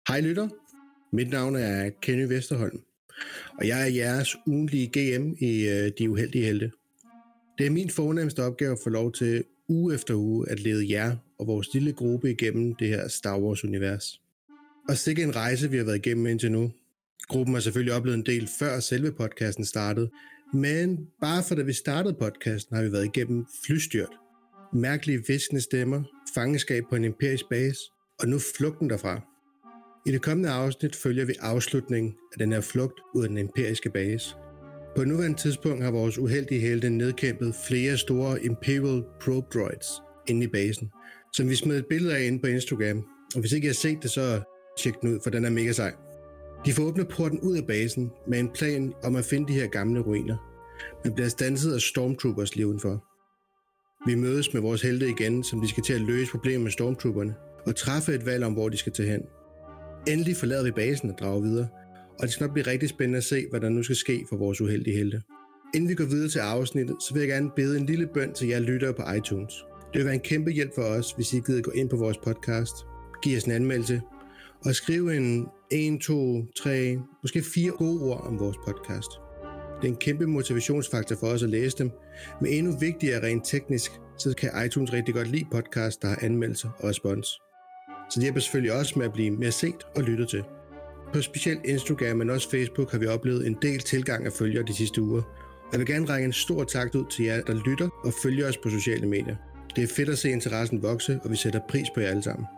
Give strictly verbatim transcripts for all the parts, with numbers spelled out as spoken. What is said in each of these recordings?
Hej lytter, mit navn er Kenny Vesterholm, og jeg er jeres ugentlige G M i uh, De Uheldige Helte. Det er min fornemmeste opgave at få lov til uge efter uge at lede jer og vores lille gruppe igennem det her Star Wars-univers. Og sikke en rejse, vi har været igennem indtil nu. Gruppen har selvfølgelig oplevet en del før selve podcasten startede, men bare for da vi startede podcasten har vi været igennem flystyrt, mærkelige viskende stemmer, fangeskab på en imperisk base, og nu flugten derfra. I det kommende afsnit følger vi afslutningen af den her flugt ud af den imperiske base. På nuværende tidspunkt har vores uheldige helte nedkæmpet flere store Imperial Probe Droids inde i basen, som vi smed et billede af inde på Instagram. Og hvis ikke I har set det, så tjek den ud, for den er mega sej. De får åbnet porten ud af basen med en plan om at finde de her gamle ruiner, men bliver standset af Stormtroopers lige udenfor. Vi mødes med vores helte igen, som de skal til at løse problemer med Stormtrooperne og træffe et valg om, hvor de skal tage hen. Endelig forlader vi basen og drager videre, og det skal nok blive rigtig spændende at se, hvad der nu skal ske for vores uheldige helte. Inden vi går videre til afsnittet, så vil jeg gerne bede en lille bøn til jer lyttere på iTunes. Det vil være en kæmpe hjælp for os, hvis I gider gå ind på vores podcast, give os en anmeldelse og skrive en en, to, tre, måske fire gode ord om vores podcast. Det er en kæmpe motivationsfaktor for os at læse dem, men endnu vigtigere rent teknisk, så kan iTunes rigtig godt lide podcast, der har anmeldelser og respons. Så det hjælper selvfølgelig også med at blive mere set og lyttet til. På specielt Instagram, men også Facebook, har vi oplevet en del tilgang af følgere de sidste uger. Og jeg vil gerne række en stor tak ud til jer, der lytter og følger os på sociale medier. Det er fedt at se interessen vokse, og vi sætter pris på jer alle sammen.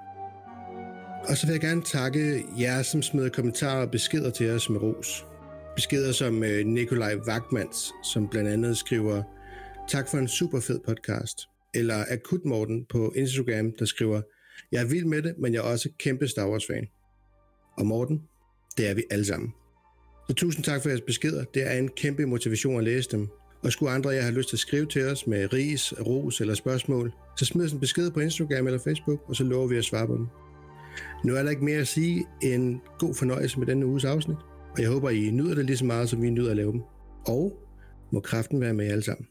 Og så vil jeg gerne takke jer, som smider kommentarer og beskeder til os med ros. Beskeder som Nikolaj Wagmans, som blandt andet skriver, tak for en super fed podcast. Eller Akut Morten på Instagram, der skriver, jeg er vild med det, men jeg er også kæmpe Star Wars-fan. Og Morten, det er vi alle sammen. Så tusind tak for jeres beskeder. Det er en kæmpe motivation at læse dem. Og skulle andre af jer have lyst til at skrive til os med ris, ros eller spørgsmål, så smid os en besked på Instagram eller Facebook, og så lover vi at svare på dem. Nu er der ikke mere at sige end god fornøjelse med denne uges afsnit. Og jeg håber, I nyder det lige så meget, som vi nyder at lave dem. Og må kraften være med jer alle sammen.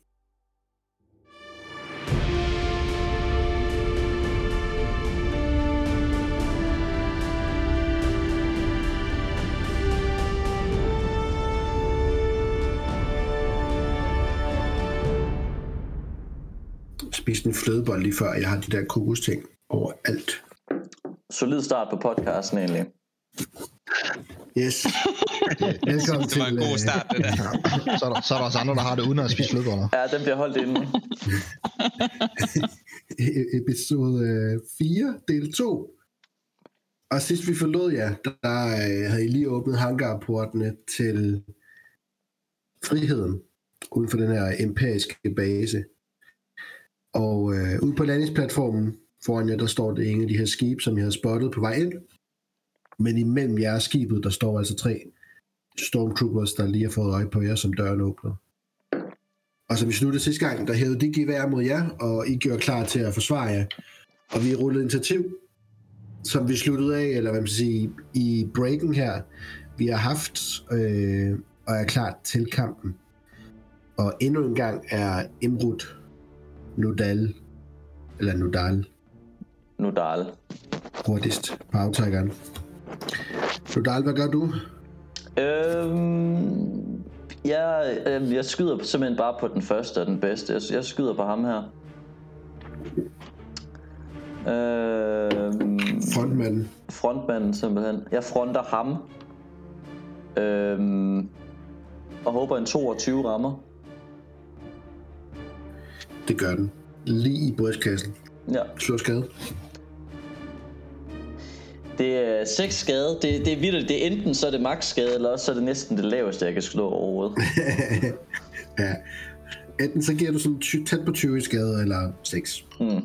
Spiste en flødebold lige før. Jeg har de der kokosting overalt. Solid start på podcasten egentlig. Yes. Velkommen det var en god start, det der. så, er der, så er der også andre, der har det uden at spise flødeboller. Ja, den bliver holdt inde. Episode fire, del to. Og sidst vi forlod jer, der havde I lige åbnet hangarportene til friheden uden for den her imperiske base. Og øh, ude på landingsplatformen foran jer, der står det en af de her skibe, som jeg havde spottet på vej ind. Men imellem jer og skibet, der står altså tre Stormtroopers, der lige har fået øje på jer, som døren åbner. Og som vi sluttede sidste gang, der hævede de gevær mod jer, og I gjorde klar til at forsvare jer. Og vi rullede initiativ, som vi sluttede af, eller hvad man skal sige, i breaken her. Vi har haft øh, og er klar til kampen. Og endnu en gang er Imrud Nodal, eller Nodal. Nodal. Hurtigst på aftrækkeren. Nodal, hvad gør du? Øhm, jeg, øh, jeg skyder simpelthen bare på den første og den bedste. Jeg, jeg skyder på ham her. Øhm, Frontmanden. Frontmanden simpelthen. Jeg fronter ham. Øhm, og håber en toogtyve rammer. Det gør den. Lige i brystkassen. Ja. Slå skade. Det er seks skade. Det, det er vildt. Det er enten så er det max skade, eller også så er det næsten det laveste, jeg kan slå overhovedet. Ja. Enten så giver du sådan ty- tæt på tyve skade, eller seks. Mm. Det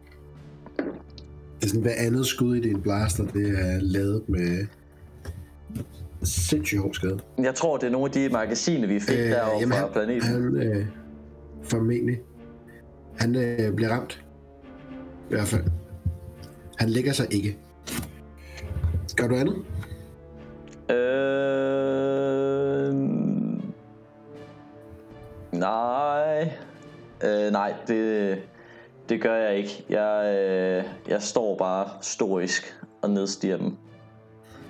er sådan hver andet skud i din blaster, det er lavet med sindssygt hård skade. Jeg tror, det er nogle af de magasiner, vi fik øh, derovre jamen, fra han, planeten. Han, øh, formentlig. Han øh, bliver ramt. I hvert fald. Han lægger sig ikke. Gør du andet? Øh... Nej. Øh, nej, det, det gør jeg ikke. Jeg, øh, jeg står bare stoisk og nedstiger dem.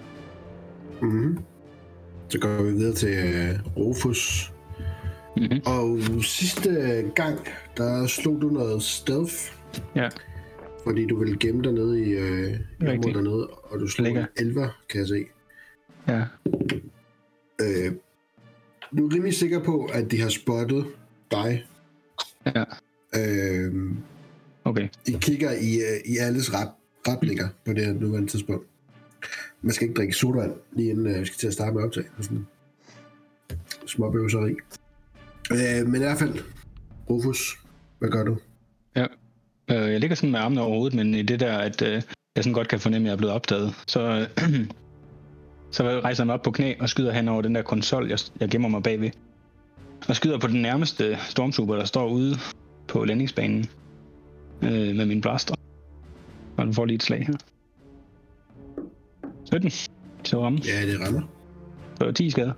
Mm-hmm. Så går vi videre til uh, Rufus. Mm-hmm. Og sidste gang, der slog du noget stealth. Ja. Fordi du ville gemme dig nede i uh, området dernede, og du slog en elver, kan jeg se. Ja. Uh, du er rimelig sikker på, at de har spottet dig. Ja. Uh, okay. I kigger i, uh, i alles ret, retninger på det her nuværende tidspunkt. Man skal ikke drikke sodavand, lige inden uh, vi skal til at starte med optag. Sådan småbøvseri. Uh, men i hvert fald, Rufus, hvad gør du? Ja, uh, jeg ligger sådan med armene over hovedet, men i det der, at uh, jeg sådan godt kan fornemme, at jeg er blevet opdaget, så, uh, så rejser jeg mig op på knæ og skyder hen over den der konsol, jeg, jeg gemmer mig bagved. Og skyder på den nærmeste stormtrooper, der står ude på landingsbanen uh, med min blaster. Og den får lige et slag her. sytten. Så rammer. Ja, det rammer. Så ti skader.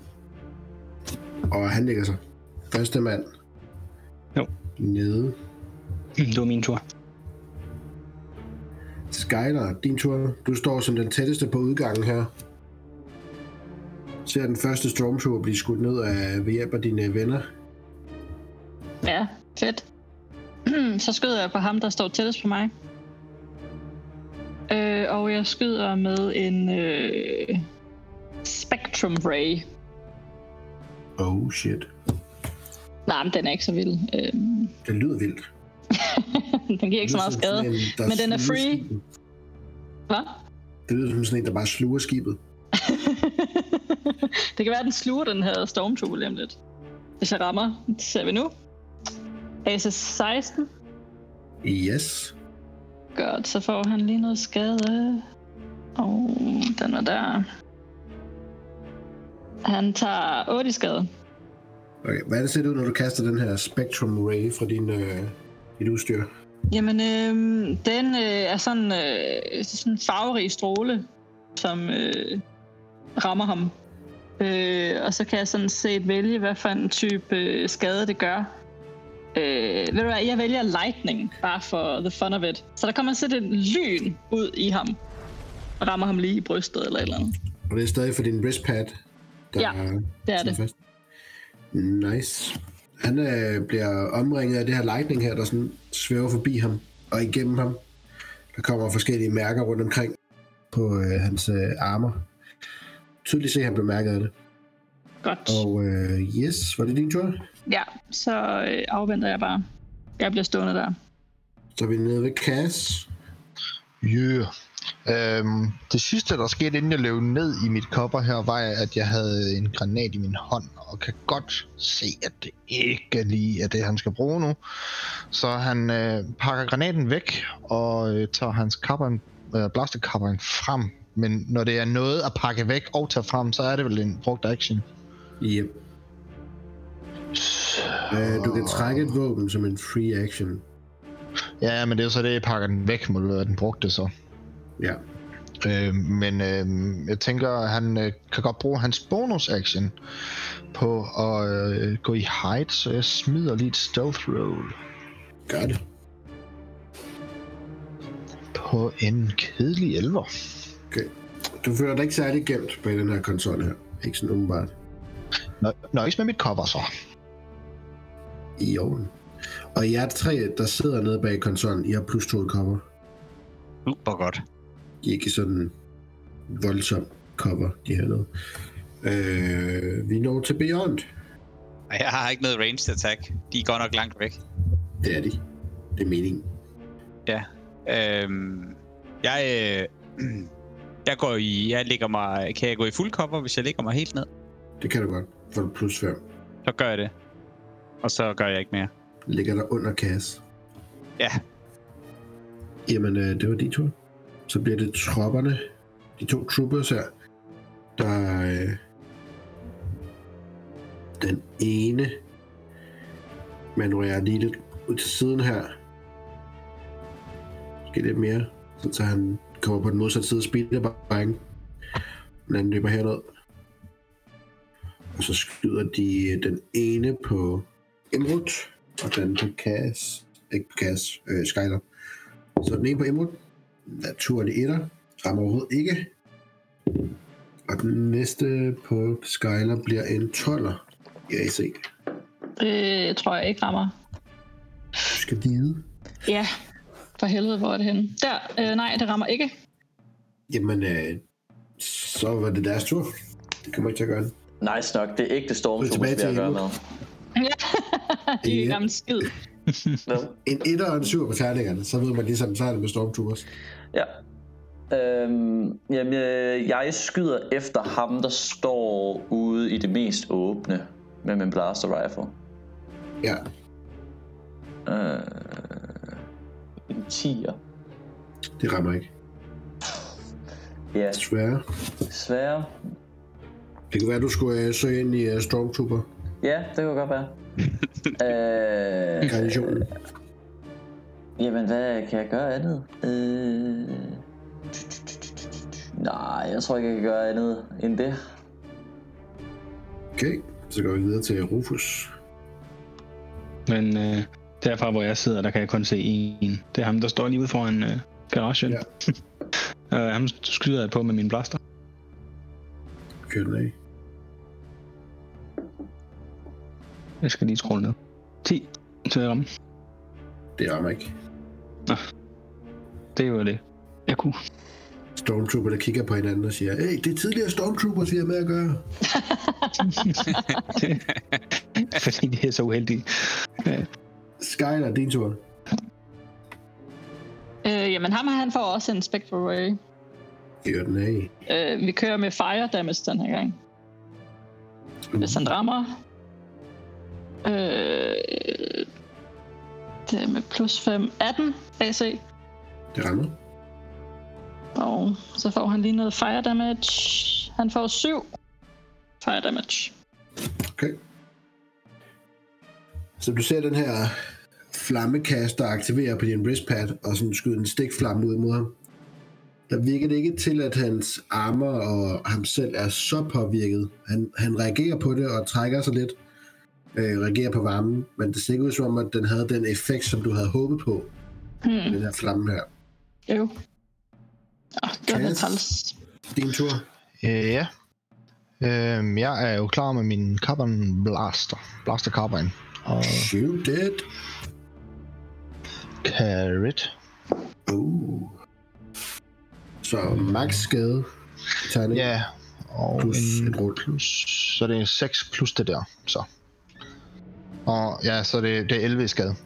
Og han ligger sig. Første mand. Jo. Nede. Det var min tur. Skyler, din tur. Du står som den tætteste på udgangen her. Ser den første stormtrooper blive skudt ned af ved hjælp af dine venner. Ja, fedt. Så skyder jeg på ham, der står tættest på mig. Øh, og jeg skyder med en øh, Spectrum Ray. Oh shit. Nej, men den er ikke så vild. Øhm... Den lyder vildt. Den giver ikke så meget skade, en, men den er free. Skibet. Hvad? Det lyder som sådan en, der bare sluger skibet. Det kan være, at den sluger den her Stormtrooper lige om lidt. Hvis jeg rammer, det ser vi nu. A C seksten. Yes. Godt, så får han lige noget skade. Og den var der. Han tager otte skade. Okay, hvad er det set ud, når du kaster den her Spectrum Ray fra din, øh, dit udstyr? Jamen, øh, den øh, er sådan øh, sådan en farverig stråle, som øh, rammer ham. Øh, og så kan jeg sådan set vælge, hvad for en type øh, skade det gør. Øh, ved du hvad, jeg vælger lightning, bare for the fun of it. Så der kommer sådan et lyn ud i ham, og rammer ham lige i brystet eller et eller andet. Og det er stadig for din wristpad, der ja, det er det. Fast. Nice. Han øh, bliver omringet af det her lightning her, der sådan svæver forbi ham og igennem ham. Der kommer forskellige mærker rundt omkring på øh, hans øh, armer. Tydeligt se, at han blev mærket af det. Godt. Og øh, yes, var det din tur? Ja, så øh, afventer jeg bare. Jeg bliver stående der. Så er vi nede ved Cass. Yeah. Øhm, det sidste, der skete, inden jeg løb ned i mit kopper her, var, at jeg havde en granat i min hånd, og kan godt se, at det ikke lige er det, han skal bruge nu. Så han øh, pakker granaten væk, og øh, tager hans kapperen, øh, blasterkapperen frem. Men når det er noget at pakke væk og tage frem, så er det vel en brugt action. Yep. Uh, du kan trække et våben som en free action. Ja, men det er så det, jeg pakker den væk, må det den brugte så. Ja. Øh, men øh, jeg tænker, at han øh, kan godt bruge hans bonus action på at øh, gå i hide, så jeg smider lige et stealth roll. Gør det. På en kedelig elver. Okay. Du føler dig ikke særlig gemt på den her konsol her. Ikke sådan umiddelbart. Nå, nøjes med mit cover så. I orden. Og I er tre, der sidder nede bag konsollen. I har plus to cover. Super godt. De er ikke sådan voldsomt cover, de her noget. Øh, vi når til Beyond. Jeg har ikke noget ranged attack. De er godt nok langt væk. Det er de. Det er meningen. Ja. Øhm, jeg, øh, jeg går i... Jeg ligger mig... Kan jeg gå i fuld cover, hvis jeg ligger mig helt ned? Det kan du godt. For du plus fem. Så gør jeg det. Og så gør jeg ikke mere. Ligger der under kasse. Ja. Jamen, øh, det var de to. Så bliver det tropperne. De to troopers her. Der øh, den ene manøvrerer lige lidt ud til siden her. Måske lidt mere. Så han kommer på den modsatte side af speederbanken. Den anden løber herned. Og så skyder de den ene på Emerald, og den på Cass. Ikke på Cass, øh, Skyler. Så den ene på Emerald. Naturlig etter. Rammer overhovedet ikke. Og den næste på Skyler bliver en toller i A C. Det tror jeg ikke rammer. Du skal vide. Ja, for helvede, hvor er det henne? Der, øh, nej, det rammer ikke. Jamen, øh, så var det deres tur. Det kommer ikke til at gøre det. Nice nok, det er ikke det Stormtroopers, vi tilbage har til at gøre med. De er Ja. gammel skid. No. En etter og en syv på terningerne, så ved man ligesom, så er det med Stormtroopers. Ja. Øhm, jamen, øh, jeg skyder efter ham, der står ude i det mest åbne med min blaster rifle. Ja. Øh, en tier. Det rammer ikke. Ja, Desværre. desværre. Det kunne være, du skulle uh, søge ind i uh, Stormtrooper. Ja, det kunne godt være. øh, Garnisonen. jamen, hvad kan jeg gøre andet? Øh, nej, jeg tror ikke, jeg kan gøre andet end det. Okay, så går vi videre til Rufus. Men øh, derfra, hvor jeg sidder, der kan jeg kun se en. Det er ham, der står lige ude foran øh, garagen. Ja. uh, ham skyder jeg på med min blaster. Kør den af. Jeg skal lige scrolle ned. ti til at ramme. Det rammer ikke. Det var det, jeg kunne. Stormtrooper, der kigger på hinanden og siger, hey, det er tidligere Stormtroopers, vi har med at gøre. Fordi de er så uheldige. Ja. Skyler, din tur. Øh, jamen, ham her, han får også en Spectral Ray. Kør den af. Øh, vi kører med fire damage den her gang. Hvis han rammer. Øh, det er med plus fem. atten A C. Det rammer. Og så får han lige noget fire damage. Han får syv fire damage. Okay. Så du ser den her flammekaster aktivere på din wristpad, og sådan skyder en stikflamme ud mod ham. Der virker det ikke til, at hans armer og ham selv er så påvirket. Han, han reagerer på det og trækker sig lidt. Øh, reagerer på varmen, men det ser ikke ud som om, at den havde den effekt, som du havde håbet på. Hmm. Den her flamme her. Jo. Ah, det var lidt Kas. træls. Din tur. Øh, ja. Øhm, jeg er jo klar med min Carbon Blaster. Blaster Carbine. Og Shoot it. Carrot. Uh. Så max skade. Tegning. Ja, og Plus en et rull. plus, så det er seks plus det der, så. Og ja, så det, det er elleve i skade.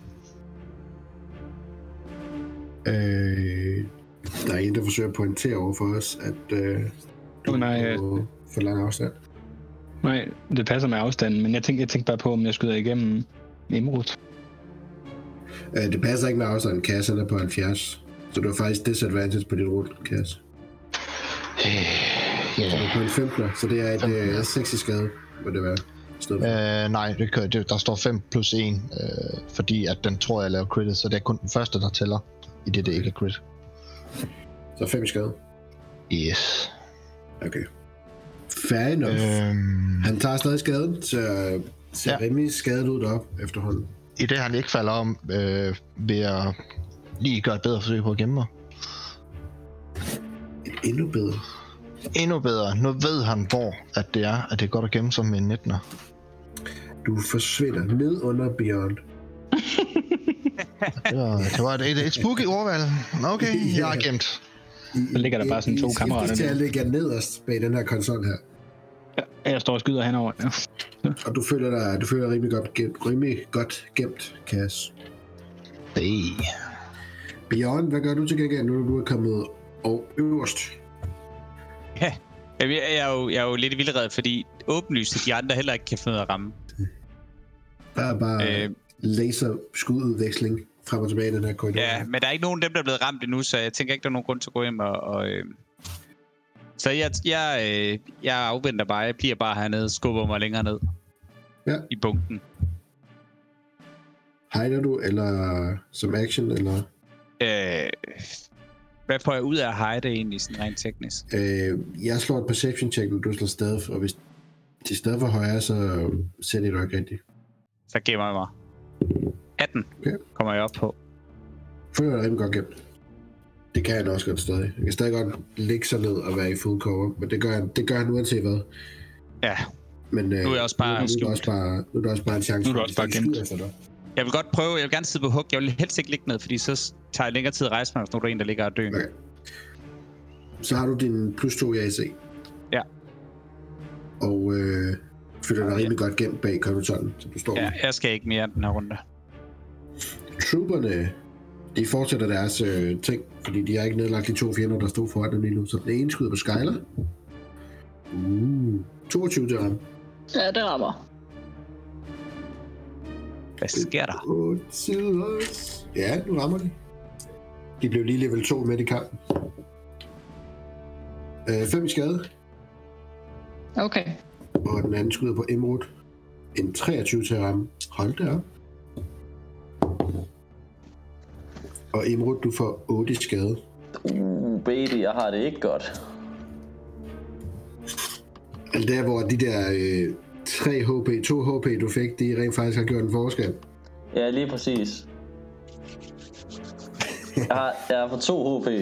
Øh, der er en, der forsøger at pointere over for os, at øh, du Oh, nej, er på for lang afstand. Nej, det passer med afstanden, men jeg tænkte, jeg tænkte bare på, om jeg skyder igennem Imrut. Øh, det passer ikke med afstanden. Kassen er på halvfjerds. Så du har faktisk disadvantage på dit rull, Kass. Øh, Så ja. du er på en femtler, så det er et øh, seks i skade, må det være. i stedet for. Øh, nej, det, kan- det, der står fem plus en, øh, fordi at den tror, jeg laver crit, så det er kun den første, der tæller, i det, det ikke er crit. Så fem i skade. Yes. Okay. Fair enough. Øh... Øhm, Han tager stadig skaden, så ser ja. Ja. rimelig skadet ud deroppe efterhånden. I det, han ikke falder om, øh, vil jeg lige gøre et bedre forsøg på at gemme mig. Et endnu bedre. Endnu bedre. Nu ved han, hvor at det er, at det er godt at gemme sig med en nittener. Du forsvinder ned under Beyond. Det var, det var et, et, et spooky ordvalg. Okay, jeg er gemt. Så ligger der bare sådan to kammerater I skiftes til der. at ligge nederst bag den her konsol her. Jeg står og skyder henover, ja. Og du føler dig, du føler dig rimelig godt gemt, rimelig godt gemt, Cass. Hey. Beyond, hvad gør du til gengæld, nu du er kommet og øverst? Ja, jeg, jeg, er jo, jeg er jo lidt i vildred, fordi åbenlyst, at de andre heller ikke kan finde ud af at ramme. Der er bare Øh. laser-skududveksling frem og tilbage i den her korridor. Ja, men der er ikke nogen af dem, der er blevet ramt endnu, så jeg tænker ikke, der er nogen grund til at gå hjem og... og øh... Så jeg, jeg, øh, jeg afventer bare. Jeg bliver bare hernede, skubber mig længere ned Ja. i bunken. Hider du, eller som action, eller... Øh... Hvad får jeg ud af at hide egentlig, sådan rent teknisk? Øh, jeg slår et perception check, når du slår stealth, og hvis de er stadig for højere, så ser det jo ikke rigtigt. Så gemmer jeg mig. atten Okay. kommer jeg op på. Føler dig rimelig godt gemt. Det kan han også godt stadig. Han kan stadig godt ligge sig ned og være i full cover, men det gør han, det gør han uanset hvad. Ja. Men øh, nu er jeg også bare nu, nu, er der også bare, nu er der også bare en chance. Nu er der også bare gemt. Jeg vil godt prøve, jeg vil gerne sidde på hug. Jeg vil helst ikke ligge ned, fordi så tager jeg længere tid at rejse mig, hvis nu er der en, der ligger og dør. Okay. Så har du din plus to i A C. Ja. Og øh, føler dig rimelig godt gemt bag kontoren, så du står Ja, med. jeg skal ikke mere den her runde. Trooperne, de fortsætter deres øh, ting, fordi de har ikke nedlagt de to fjender, der stod foran dem lige nu. Så den ene skyder på Skyler. Uh, toogtyve til ham. Ja, det rammer. Hvad sker der? Og til os. Ja, nu rammer de. De blev lige level to med i kampen. Øh, fem i skade. Okay. Og den anden skyder på Emerald. En treogtyve til at ramme. Hold da op. Og Emerald, du får otte i skade. Uh, baby, jeg har det ikke godt. Altså der, hvor de der øh, tre H P, to H P, du fik, de rent faktisk har gjort en forskel. Ja, lige præcis. Jeg har, jeg har fået to H P.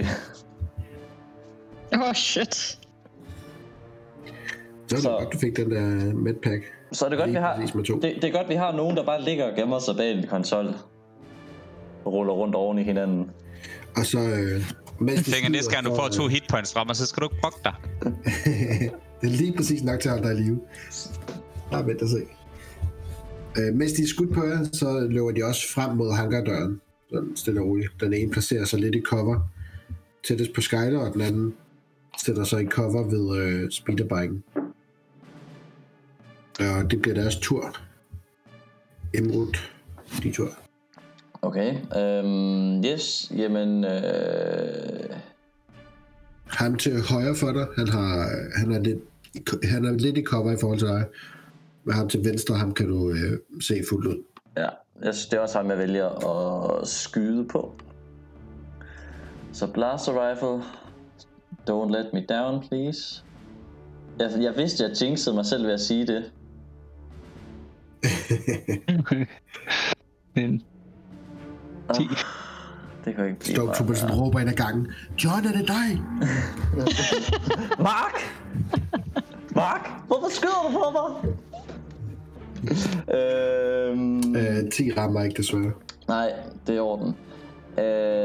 Oh shit. Så er det Så- godt, du fik den der medpack. Så er det godt, vi Lige har, præcis med to. det, det er godt, vi har nogen, der bare ligger og gemmer sig bag en konsol. Og ruller rundt oven i hinanden. Og så... Øh, mens de Tænker, næste gang du skyder, får to hitpoints fra mig, så skal du ikke brokke dig. det er lige præcis nok til at holde dig i live. Bare vent og se. Øh, mens de er skudt på jer, så løber de også frem mod hangardøren. Sådan stille og roligt. Den ene placerer sig lidt i cover tættest på Skyler, og den anden sætter sig i cover ved øh, speederbiken. Og det bliver deres tur. Emerald, de tur. Okay, øhm, yes, jamen, øh, Ham til højre for dig, han, har, han, er lidt, han er lidt i cover i forhold til dig. Men ham til venstre, ham kan du øh, se fuldt ud. ja, jeg synes, det er også ham, jeg vælger at skyde på. Så blaster rifle, don't let me down, please. Jeg, jeg vidste, at jeg jinxede mig selv ved at sige det. Okay. Men ti. Oh, det kan jo ikke blive Stormtroopersen råber ind ad gangen. John, er det dig? Mark! Mark! Hvorfor skyder du på mig? øhm, Øh, ti rammer ikke, desværre. nej, det er i orden. Øh,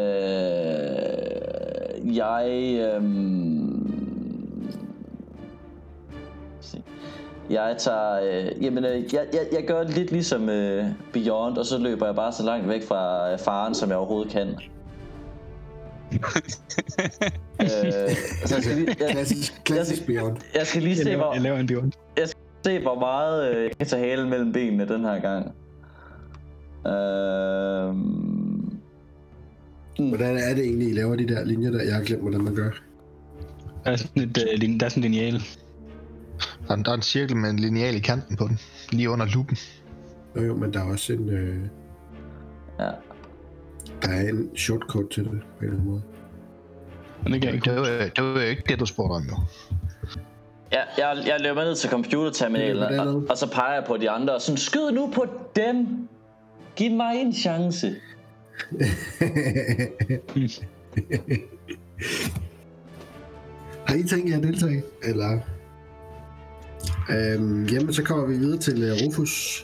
jeg... Øhm, se. Jeg tager... Øh, jamen, øh, jeg, jeg, jeg gør lidt ligesom øh, Beyond, og så løber jeg bare så langt væk fra øh, faren, som jeg overhovedet kan. øh, så jeg skal lige... Jeg, Klassisk, klassisk Beyond. jeg skal lige Jeg se, laver, hvor... jeg laver en bjørn. Se, hvor meget øh, jeg kan tage halen mellem benene den her gang. Øhm... Hvordan er det egentlig, I laver de der linjer der? Jeg har glemt, hvordan man gør. Der er sådan, et, uh, lin- der er sådan en lineal. Der er, der er en cirkel med en lineal i kanten på den. Lige under lupen. Jo, jo, men der er også en, øh, Ja. der er en shortcut til det, på en eller anden måde. Men det kan jeg ikke. Det var, det var ikke det, du spurgte om, jo. Ja, jeg, jeg løber ned til computerterminalen, Løber derned. og, og så peger jeg på de andre, og sådan, skyd nu på dem! Giv mig en chance. Har I tænkt jer at deltage? Eller? Øhm, jamen, så kommer vi videre til uh, Rufus.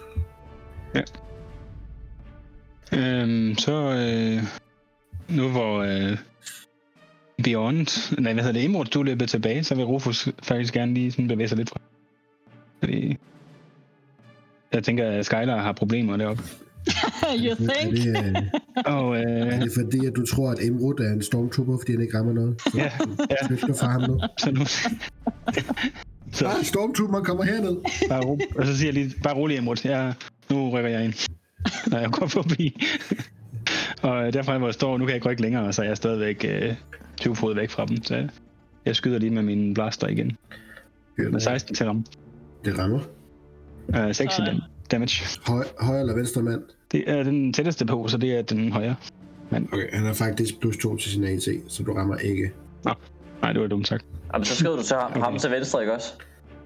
Øhm, så øh, nu hvor øh, Beyond, nej hvad hedder det, Emerald, du løber tilbage, så vil Rufus faktisk gerne lige sådan bevæge sig lidt fra. Fordi jeg tænker, at Skyler har problemer deroppe. You Er think? det, øh, Og er øh, det fordi, at du tror, at Emerald er en stormtrooper, fordi han ikke rammer noget? Så ja, ja, flygter fra ham nu. så nu... så Ah, stormtrooper kommer herned. bare ro, og så siger jeg lige, bare rolig Emerald, jeg, nu rykker jeg ind, når jeg går forbi. Og derfra hvor jeg står, nu kan jeg ikke rykke længere, så jeg er stadigvæk øh, tyve fod væk fra dem, så jeg skyder lige med min blaster igen. Med seksten til ramme. Det rammer. Uh, seks i dam- damage. Høj, højre eller venstre mand? Det er den tætteste på, så det er den højre. Okay, han har faktisk plus to til sin A C, så du rammer ikke. Nej, det var dumt sagt. Jamen, så skød du til ham, ham til venstre, ikke også?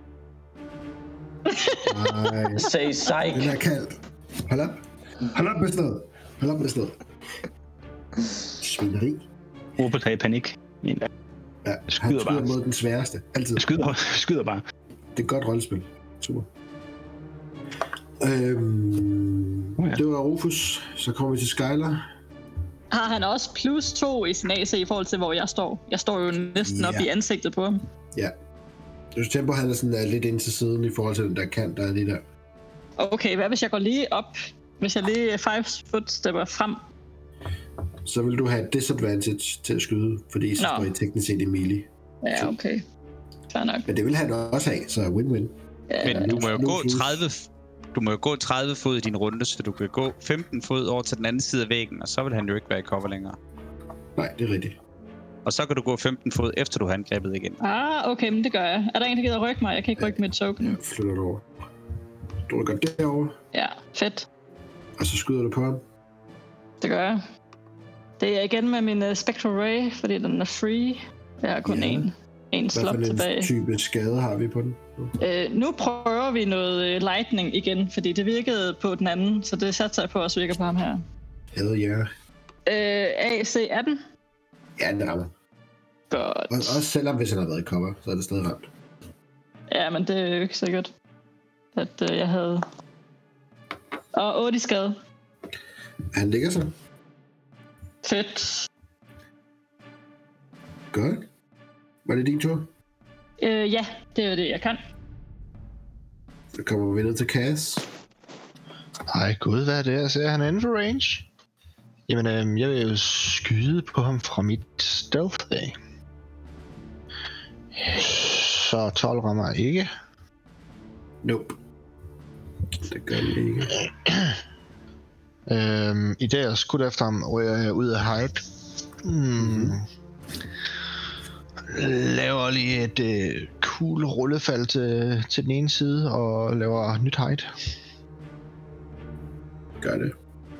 Nej, Say den psych. er kaldt. Hold op. Hold op med sådan noget. Hold op med sådan noget. Svineri. råber sig i panik. Ja, han Skyder skyder bare. mod den sværeste. Altid. Jeg skyder, skyder bare. Det er et godt rollespil. Super. Øhm, Oh ja. Det var Rufus. Så kommer vi til Skylar. Har han også plus to i sin A C i forhold til, hvor jeg står? Jeg står jo næsten op Ja. i ansigtet på ham. Ja. Du skal tænke på, at han er sådan, er lidt ind til siden i forhold til den der kant, der er lige der. Okay, hvad hvis jeg går lige op? Hvis jeg lige five foot stepper frem? Så vil du have et disadvantage til at skyde, fordi så Nå. står I teknisk set i melee. Ja, okay. Fair nok. Men det vil han også have, så win-win. Ja, Men du må jo nu gå plus. tredive, du må jo gå tredive fod i din runde, så du kan gå femten fod over til den anden side af væggen, og så vil han jo ikke være i cover længere. Nej, det er rigtigt. Og så kan du gå femten fod, efter du har angrebet igen. Ah, okay, men det gør jeg. Er der en, der gider rykke mig? Jeg kan ikke rykke mit token. Ja, flytter du over. Du rykker derover, Ja, fedt. og så skyder du på ham. Det gør jeg. Det er igen med min uh, Spectral Ray, fordi den er free. Jeg har kun Ja. en, en Hvad slot for en tilbage. type skade har vi på den? Uh, nu prøver vi noget uh, lightning igen, fordi det virkede på den anden, så det satser jeg på også virker på ham her. Hell yeah. Uh, A C atten. Ja, det rammer. Godt. Og, også selvom hvis han har været i cover, så er det stadig ramt. Ja, men det er jo ikke sikkert, at uh, jeg havde... Og otte i skade. Han ligger så. Fedt. Godt. Var det din tur? Uh, ja, det er jo det, jeg kan. Så kommer vi ned til Cass. Ej gud, hvad er det? Jeg ser, han er inden for range. Jamen, øhm, jeg vil jo skyde på ham fra mit stealth af. Så tolv rammer ikke. Nope. Det gør det ikke. Øhm, I dag jeg skudt efter ham, og jeg er ude af hide. Hmm. Laver lige et øh, cool rullefald til, til den ene side, og laver nyt hide. Gør det.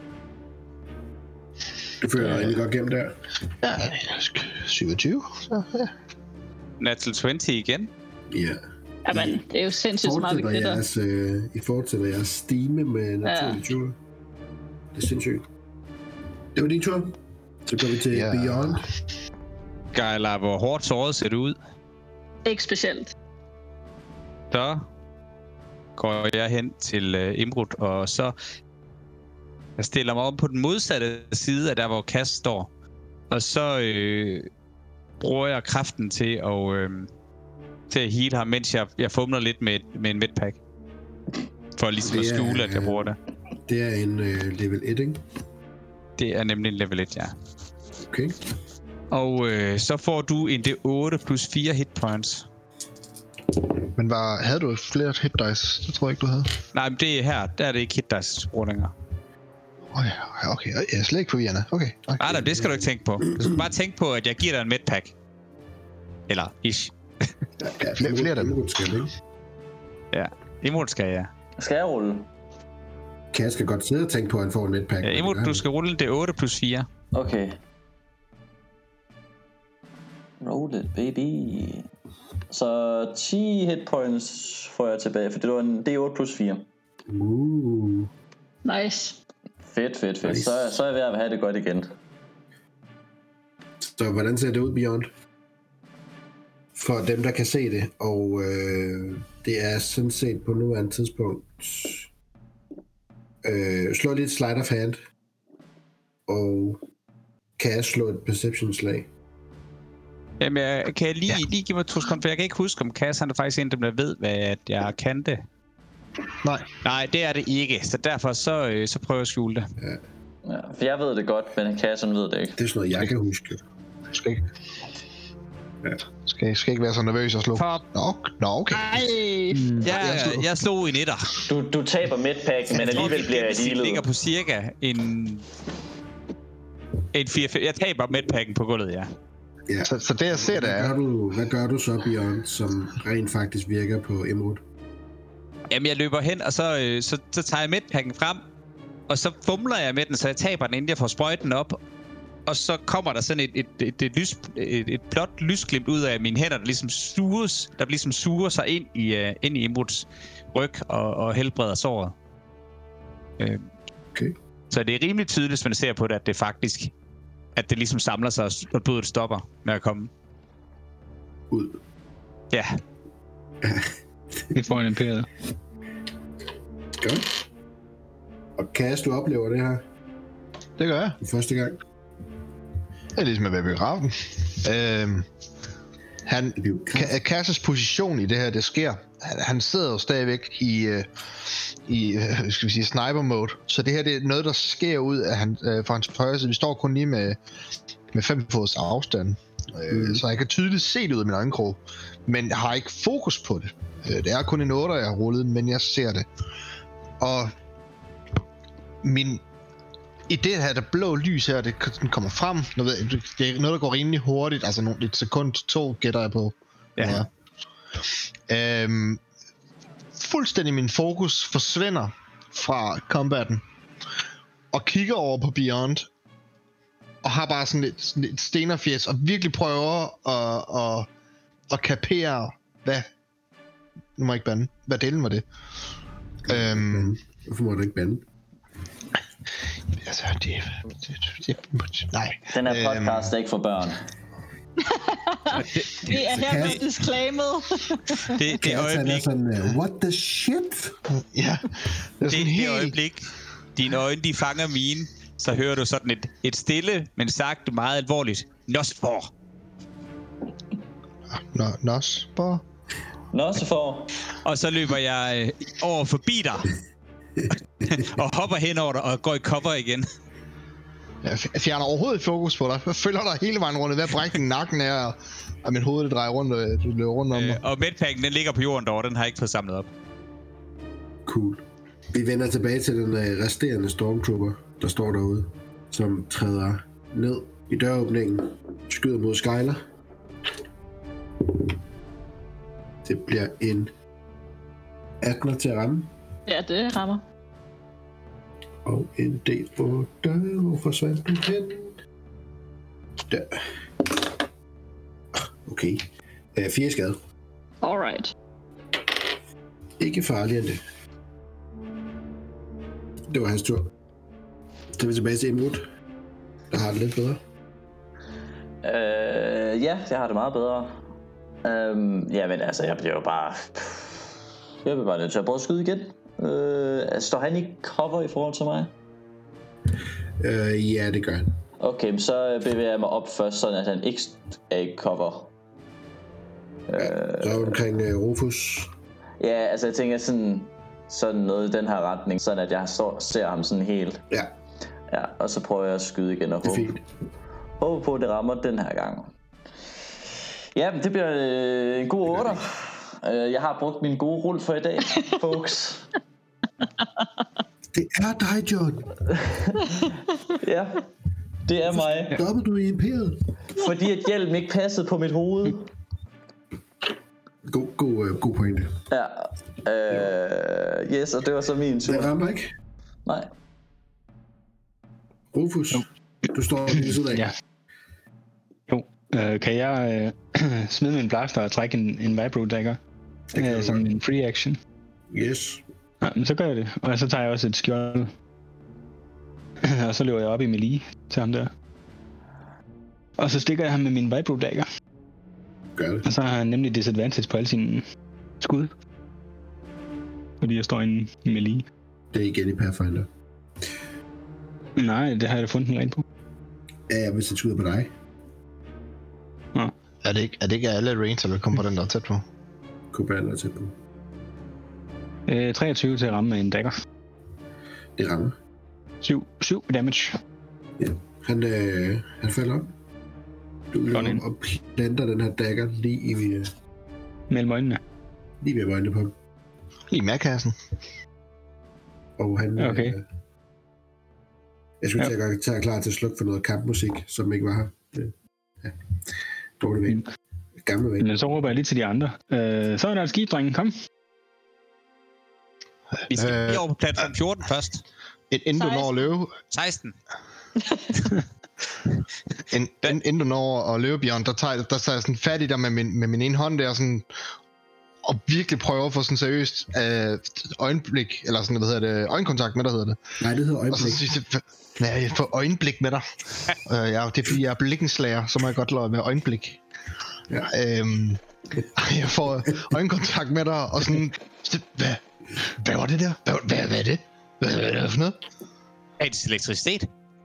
Du føler dig egentlig godt gennem der. Ja, syvogtyve, så ja. Natural tyve igen. Ja. Jamen, det er jo sindssygt så meget, vi Fortsætter kridter. jeres, øh, I fortsætter jeres stime med naturlige ja. Det er sindssygt. Det var din tur. Så går vi til Ja. Beyond. Skylar, hvor hårdt såret ser det ud. Ikke specielt. Så går jeg hen til øh, Imrud, og så jeg stiller mig op på den modsatte side af der, hvor Cass står. Og så øh, bruger jeg kraften til at, øh, til at heal ham, mens jeg, jeg fumler lidt med, med en medpack. For ligesom at Det er, skjule, at jeg bruger det. Det er en øh, level et, ikke? Det er nemlig en level et, ja. Okay. Og øh, så får du en D otte plus fire hit points. Men var, havde du flere hit dice? Det tror jeg ikke, du havde. Nej, men det er her. Der er det ikke hit dice bruger længere. Oh, ja, okay, jeg er slet ikke forvirrende. Okay. okay. Nej, nej, det skal du ikke tænke på. Du skal bare tænke på, at jeg giver dig en medpack. Eller ish. Ja, ja, Flere- flere af dem. Imrud skal, ikke? Ja, Imrud skal jeg. Skal jeg rulle? Cass skal godt sidde og tænke på, at han får en netpack. Ja, Imrud, du skal rulle en D otte plus fire. Okay. Roll it, baby. Så ti hit points får jeg tilbage, for det var en D otte plus fire. Uh. Nice. Fedt, fedt, fedt. Nice. Så, så er jeg ved at have det godt igen. Så hvordan ser det ud, Beyond? For dem, der kan se det, og øh, det er sådan set på nuværende tidspunkt. Øh, slå lidt sleight of hand, og kan jeg slå et perception slag? Jamen, jeg, kan jeg lige, ja. lige give mig to sekunder, for jeg kan ikke huske, om Cass han er faktisk en af dem, der ved, hvad at jeg kan det. Nej. Nej, det er det ikke, så derfor så, øh, så prøver jeg at skjule det. Ja, for jeg ved det godt, men Casson ved det ikke. Det er sådan noget, jeg kan huske. Du skal ikke, Ja. skal, skal ikke være så nervøs og slå. For... Nå, nå okay. Ej. Mm. Jeg, jeg slog- jeg slog en etter. Du, du taber midpacken, men alligevel bliver jeg Det ligger healet. på cirka en... En fire fem. Jeg taber medpacken på gulvet, ja. Ja. Så, så det jeg ser, det Hvad gør, er... du, hvad gør du så, Beyond, som rent faktisk virker på Imrud? Jamen, jeg løber hen, og så, øh, så, så tager jeg medpacken frem, og så fumler jeg med den, så jeg taber den, inden jeg får sprøjten op. Og så kommer der sådan et, et, et, et, lys, et, et blåt lysglimt ud af mine hænder, der ligesom suges, der ligesom suger sig ind i, uh, ind i Imruds ryg og, og helbreder såret. Uh, Okay. Så det er rimelig tydeligt, hvis man ser på det, at det faktisk at det ligesom samler sig, og blodet stopper med at komme. Ud. Ja. Vi får en imperiet. Godt. Og Cass, du oplever det her Det gør jeg. for første gang. Det er ligesom at være biografen. Øhm, han, Ka- Kasses position i det her, det sker. Han, han sidder jo stadigvæk i, øh, i øh, skal vi sige, sniper mode. Så det her, det er noget, der sker ud af han, øh, fra hans højre side. Vi står kun lige med, med fem fods afstand. Øh, mm. Så jeg kan tydeligt se det ud af min øjenkrog. Men har ikke fokus på det. Øh, det er kun en otter, jeg har rullet, men jeg ser det. Og min... I det her, der blå lys her, det kommer frem. Nu ved jeg, det er noget, der går rimelig hurtigt. Altså nogle, et sekund, to gætter jeg på. Ja. Ja. Øhm, fuldstændig min fokus forsvinder fra combaten. Og kigger over på Beyond. Og har bare sådan et, sådan et stenerfjes. Og virkelig prøver at, at, at kapere, hvad... Nu må jeg ikke bande. Hvad delen var det? Øhm, Hvorfor må du ikke bande? Altså, det, det, det, det nej. Den her podcast øhm, er ikke for børn. det, det, Det er her med disclaimet. det, det øjeblik, Sådan, uh, what the shit? Ja, det er det, sådan det helt... øjeblik, dine øjne, de fanger mine, så hører du sådan et, et stille, men sagt meget alvorligt, Nosfor. Nå, Nosfor? Nå, så får. Og så løber jeg øh, over forbi dig. og hopper hen over dig og går i cover igen. Jeg fjerner overhovedet et fokus på dig. Jeg følger dig hele vejen rundt. Hvad brækker nakken er, og, og min hoved det drejer rundt, og du løber rundt om mig. Øh, og medpacken, den ligger på jorden derovre. Den har jeg ikke fået samlet op. Cool. Vi vender tilbage til den uh, resterende stormtrooper, der står derude, som træder ned i døråbningen, skyder mod Skyler. Det bliver en attener til at ramme. Ja, det rammer. Og en D otte. Hvor forsvandt den hen? Der. Okay. Uh, fire skade. Alright. Ikke farligere end det. Det var hans tur. Så er vi tilbage til Imrud, der har det lidt bedre. Øh, ja, jeg har det meget bedre. Øhm, jamen altså, jeg bliver jo bare... Jeg bliver bare nødt til at prøve at skyde igen. Øh, står han ikke cover i forhold til mig? Øh, ja, det gør han. Okay, så bevæger jeg mig op først, sådan at han ikke er i cover. Ja, så er omkring uh, Rufus. Ja, altså jeg tænker sådan, sådan noget i den her retning, sådan at jeg står, ser ham sådan helt. Ja. Ja, og så prøver jeg at skyde igen og håbe, håbe på, at det rammer den her gang. Ja, men det bliver øh, en god otter. Øh, jeg har brugt min gode rull for i dag, folks. Det er dig, John. Ja, det er mig. Stoppede du i imperiet? Fordi at hjelm ikke passede på mit hoved. God, god, uh, god pointe. Ja, øh, yes, og det var så min tur. Det rammer ikke. Nej. Rufus, du står lige ved siden af. Ja. Jo, øh, kan jeg øh, smide min blaster og trække en, en vibro dagger øh, som en free action? Yes. Ja, men så gør jeg det, og så tager jeg også et skjold. og så løber jeg op i melee til ham der. Og så stikker jeg ham med min vibro dagger. Gør det. Og så har han nemlig disadvantage på alle sine skud. Fordi jeg står i en melee. Det er igen i Pathfinder. Nej, det har jeg da fundet en regel på. Ja, jeg vil sætte ud på dig. Nå. Er det ikke, er det ikke alle range, der vil komme på den, der er tæt på? Kobaner tæt på. Øh, treogtyve til at ramme med en dagger. Det rammer. syv, syv damage. Ja. Han, øh, han falder op. Du løber og planter den her dagger lige i øh, Mellem øjnene. lige ved øjnene på ham. I madkassen. Og han... Okay. Øh, jeg skulle Ja. til at tage klar til at slukke for noget kampmusik, som ikke var her. Det, ja. Dårlig væk. Gamle væk. Men så råber jeg lige til de andre. Øh, så er der et skib, drengen. Kom. Vi skal Øh, lige over på platform fjorten først. Et, inden du når at løbe, seksten. en, ind, inden du når at løbe, Bjørn, der tager, der tager jeg sådan fat i dig med min, med min ene hånd der, sådan, og virkelig prøver at få sådan seriøst øh, øjenblik, eller sådan, hvad hedder det, øjenkontakt med dig, hedder det. Nej, det hedder Og så øjeblik. siger jeg, ja, jeg får øjenblik med dig. uh, ja, det er fordi, jeg er blikkenslager, så må jeg godt lade med øjenblik. Ja. Øhm, jeg får øjenkontakt med dig, og sådan, hvad, hvad var det der? Hvad, hvad, hvad er det? Hvad, hvad er det for noget? Er det elektricitet?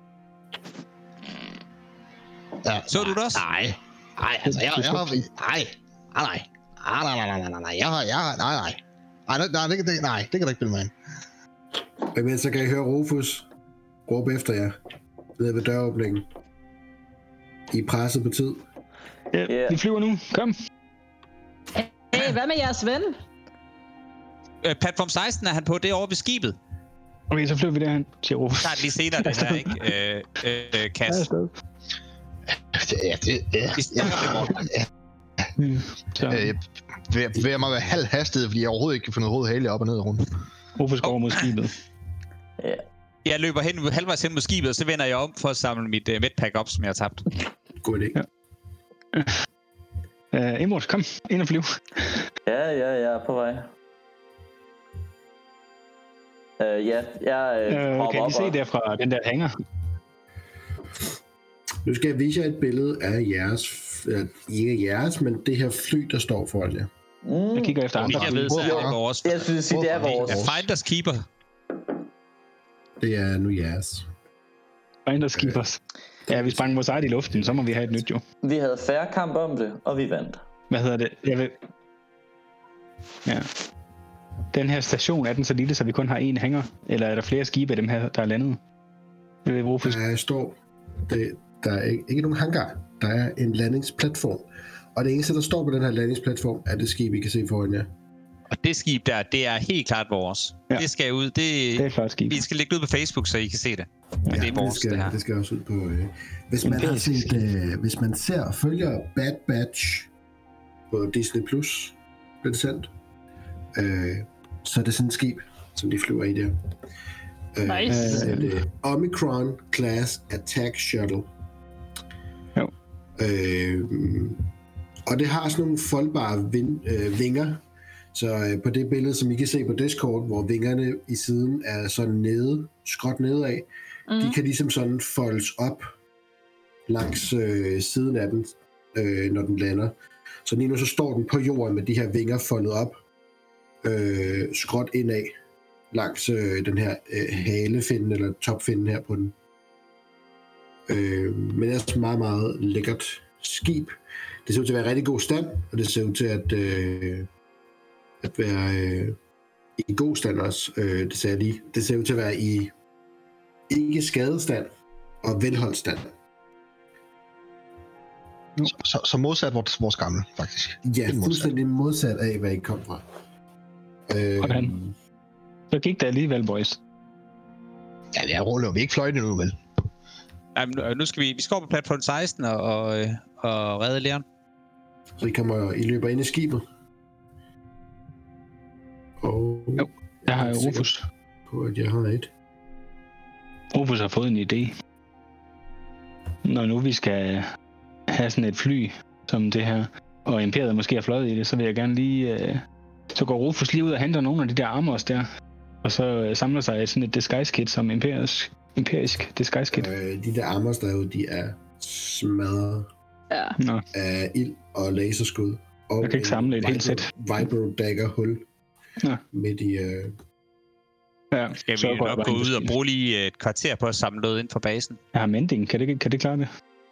Ja, Så du det også? Nej, nej, altså, jeg, jeg har, nej, nej, nej, nej, nej, nej, nej, nej, jeg har, jeg har, nej, nej, nej, nej, det, det, nej, det kan du ikke bilde mig ind. Men så kan I høre Rufus råbe efter jer nede ved døråbningen. I er presset på tid. Ja, Ja. vi flyver nu. Kom. Hey, hvad med jeres ven? Øh, platform seksten er han på, det er over ved skibet. Okay, så flyver vi derhen, siger Rufus. Der er lige senere, det her, ikke? Øh, øh, Kas. Ja, afsted. Ja, det, ja, Vi snakker med ja, Mm, så ja, jeg vil jeg mig være halv hastighed, fordi jeg overhovedet ikke kan finde hovedet hale op og ned rundt. Rufus går over mod skibet. Ja. Jeg løber hen, halvvejs hen mod skibet, og så vender jeg om for at samle mit uh, medpack op, som jeg har tabt. God idé. Ja. Uh, Imrud, kom ind og flyv. Ja, ja, jeg er på vej. Uh, ja, jeg uh, Uh, hopper kan I op se og... der fra den der hangar? Nu skal jeg vise jer et billede af jeres, eller ikke jeres, men det her fly, der står foran jer. Mm. Jeg kigger efter andre. Ikke jeg ved, så er det vores. Jeg synes sige, det er vores. Ja, Finders Keeper. Det er nu jeres. Finders Keepers. Ja, vi sprang vores eget i luften, så må vi have et nyt jo. Vi havde færre kamp om det, og vi vandt. Hvad hedder det? Jeg vil... Ja. Den her station, er den så lille, så vi kun har én hangar? Eller er der flere skibe af dem her, der er landet? Det vil Rufus. Der står, det, der er ikke, ikke nogen hangar. Der er en landingsplatform. Og det eneste, der står på den her landingsplatform, er det skib, I kan se foran jer. Og det skib der, det er helt klart vores. Ja. Det skal ud. Det, Det er et flot skib. vi skal lægge det ud på Facebook, så I kan se det. Men Ja, det er vores, det skal, det her. det skal også ud på... Øh. Hvis man har Empirisk. set, øh, hvis man ser og følger Bad Batch på Disney Plus, bliver det sendt, øh, så er det sådan et skib, som de flyver i der. Øh, Nice. så er det Omicron Class Attack Shuttle. Jo. Øh, og det har sådan nogle foldbare ving, øh, vinger, så øh, på det billede, som I kan se på Discord, hvor vingerne i siden er sådan nede, skråt nedad, mm. de kan ligesom sådan foldes op langs øh, siden af den, øh, når den lander. Så lige nu så står den på jorden med de her vinger foldet op, øh, skråt indad, langs øh, den her øh, halefinden, eller topfinden her på den. Øh, men det er altså meget, meget lækkert skib. Det ser ud til at være i rigtig god stand, og det ser ud til at, øh, at være øh, i god stand også. Øh, det, ser lige. det ser ud til at være i ikke skadestand og velholdt stand. Så, så, så modsat vores, vores gamle, faktisk. Ja, Helt modsat. fuldstændig modsat af, hvad I kom fra. Øh, Sådan. Så gik der alligevel, boys. Ja, jeg ruller vi ikke fløjte nu, vel? Jamen, nu skal vi, vi skal over på platform seksten og, og, øh, og redde Leon. Så I kommer, I løber ind i skibet. Og Jo, jeg har jo er sikker Rufus. på, at jeg har et. Rufus har fået en idé. Når nu vi skal have sådan et fly som det her, og Imperiet måske har fløjet i det, så vil jeg gerne lige... Øh, så går Rufus lige ud og henter nogle af de der armors der, og så øh, samler sig sådan et disguise kit som imperisk, imperisk disguise kit. Øh, de der armors derude, de er smadret Ja. Nå, af ild og laserskud. Og jeg kan ikke samle et en helt sæt. Vibro dagger hul Nå. midt i... Øh, Ja, Skal så vi går jeg nok bare gå hen til ud og skibet. bruge lige et kvarter på at samle noget ind for basen. Jeg har mending, kan det, kan det klare det?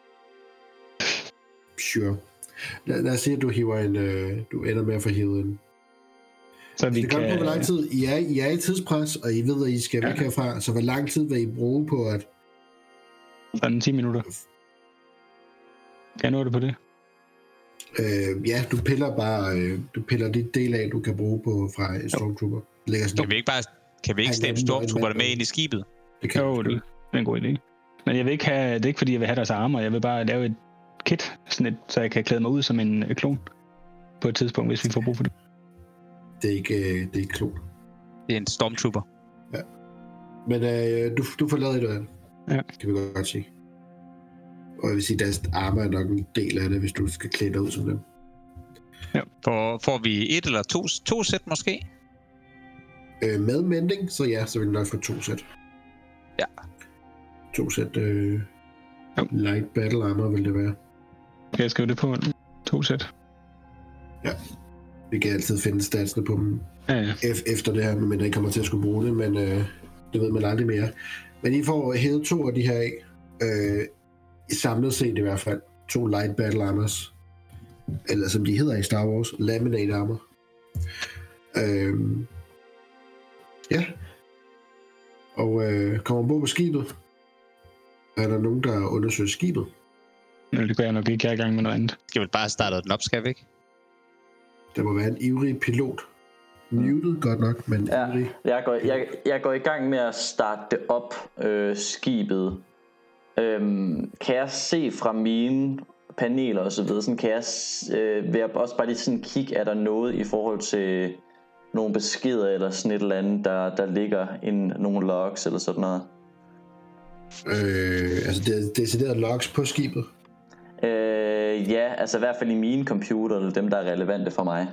sure. Lad, lad os sige, at du hiver en... Øh, du ender med at få hivet en... Så vi Det kommer kan... på, hvor lang tid I er, I er i tidspres, og I ved, at I skal væk Ja. herfra. Så hvor lang tid vil I bruge på at... Sådan ti minutter. Kan jeg nå det på det? Øh, ja, du piller bare... Øh, du piller dit del af, du kan bruge på fra en Stormtrooper. Lægger sådan, Kan vi ikke bare kan vi ikke Ej, stemme det er stormtrooperne en- med ind i skibet? det kan Jo, du. det er en god idé. Men jeg vil ikke have... Det er ikke fordi, jeg vil have deres armor. Jeg vil bare lave et kit, sådan et, så jeg kan klæde mig ud som en øh, klon på et tidspunkt, hvis vi får brug for det. Det er ikke, øh, det er ikke klogt. Det er en stormtrooper. Men øh, du, du får lavet et af det. Ja. Kan vi godt sige. Og jeg vil sige, at deres armor er nok en del af det, hvis du skal klæde dig ud som dem. Ja. Får, får vi et eller to, to sæt måske? Øh, med mending, så ja, så vil vi nok få to sæt. Ja. To sæt øh, light battle armor vil det være. Kan jeg skrive det på? To sæt. Ja. Vi kan altid finde statsene på dem Ja, ja. F- efter det her, men der ikke kommer til at skulle bruge det, men øh, det ved man aldrig mere. Men I får hævet to af de her af, øh, samlet set i hvert fald, to light battle armors, eller som de hedder i Star Wars, laminate armor. Øh, ja. Og øh, kommer ombord på skibet. Er der nogen, der undersøger skibet? Nå, det gør jeg nok ikke. Jeg er i gang med noget andet. Skal vi bare starte den op, skal vi ikke? Der må være en ivrig pilot. Muted godt nok, men Ja, ivrig. jeg går, jeg, jeg går i gang med at starte det op, øh, skibet. Øhm, kan jeg se fra mine paneler og så videre, sådan kan jeg, øh, vil jeg også bare lige sådan kigge, er der noget i forhold til nogle beskeder eller sådan et eller andet, der, der ligger en, nogle logs eller sådan noget? Øh, altså det er decideret logs på skibet. Øh, ja, altså i hvert fald i mine computer, eller dem der er relevante for mig.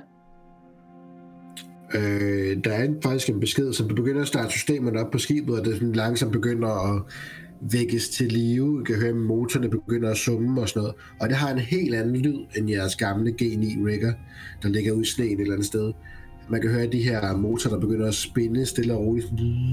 Øh, der er en, faktisk en besked, som begynder at starte systemerne op på skibet, og det sådan langsomt begynder at vækkes til live. Du kan høre, at motorerne begynder at summe og sådan noget. Og det har en helt anden lyd end jeres gamle G ni rigger, der ligger ude i sneen et eller andet sted. Man kan høre de her motorer, der begynder at spinde stille og roligt.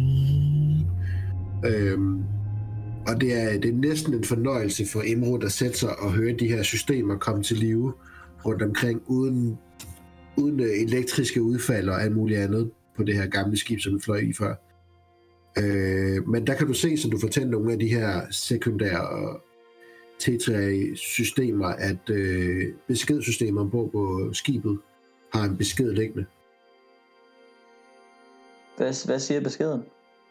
Øhm, og det er, det er næsten en fornøjelse for Imrud at sætte sig og høre de her systemer komme til live rundt omkring, uden, uden elektriske udfald og alt muligt andet på det her gamle skib, som vi fløj i før. Øh, men der kan du se, så du får tændt nogle af de her sekundære T tre systemer, at øh, beskedsystemer ombord på skibet har en besked liggende. Hvad, hvad siger beskeden?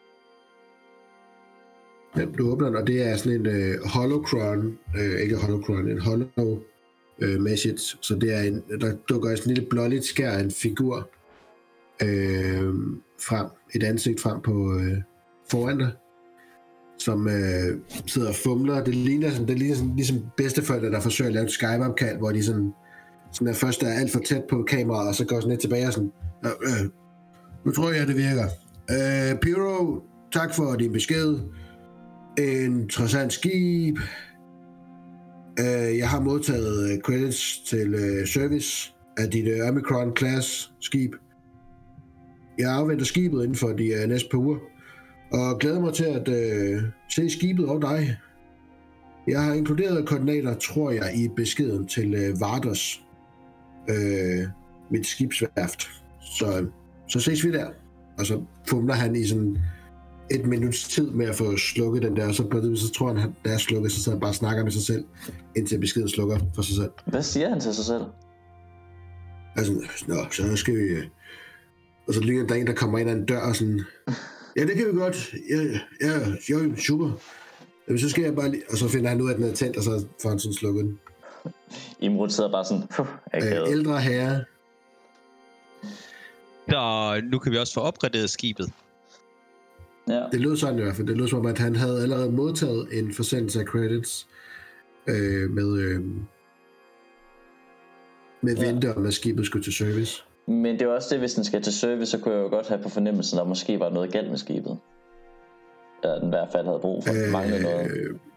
Ja, du åbner den, og det er sådan en øh, holocron, øh, ikke holocron, en holo øh, message, så det er en, der dukker sådan en lille blåligt skær af en figur øh, frem, et ansigt frem på øh, foran dig, som øh, sidder og fumler. Det ligner, sådan, det ligner sådan, ligesom bedsteforældre, der forsøger at lave et Skype-opkald, hvor de sådan, sådan er først er alt for tæt på kameraet, og så går sådan lidt tilbage og sådan, øh, øh, nu tror jeg, det virker. Øh, Pyro, tak for din besked. Interessant skib. Uh, jeg har modtaget uh, credits til uh, service af dit uh, Omicron-class skib. Jeg afventer skibet inden for de uh, næste par uger, og glæder mig til at uh, se skibet og dig. Jeg har inkluderet koordinater, tror jeg, i beskeden til uh, Vardos, uh, mit skibsværft. Så, så ses vi der. Og så fumler han i sådan et minuts tid med at få slukket den der, og så, på det, så tror han, at der er slukket, så han bare snakker med sig selv, indtil beskeden slukker for sig selv. Hvad siger han til sig selv? Altså, nå, så skal vi... Og så ligner der en, der kommer ind ad en dør og sådan... Ja, det kan vi godt. Ja, ja, jo, super. Jamen, så skal jeg bare lige... Og så finder han ud af, at den er tændt, og så får han sådan slukket den. Imrud sidder bare sådan... Øh, ældre herre. Så nu kan vi også få opgraderet skibet. Ja. Det lød sådan i hvert fald. Det lød som om, at han havde allerede modtaget en forsendelse af credits øh, med, øh, med Ja. vente om, at skibet skulle til service. Men det er også det, hvis den skal til service, så kunne jeg jo godt have på fornemmelsen, at der måske var noget galt med skibet. Eller den i hvert fald havde brug for øh, manglede noget.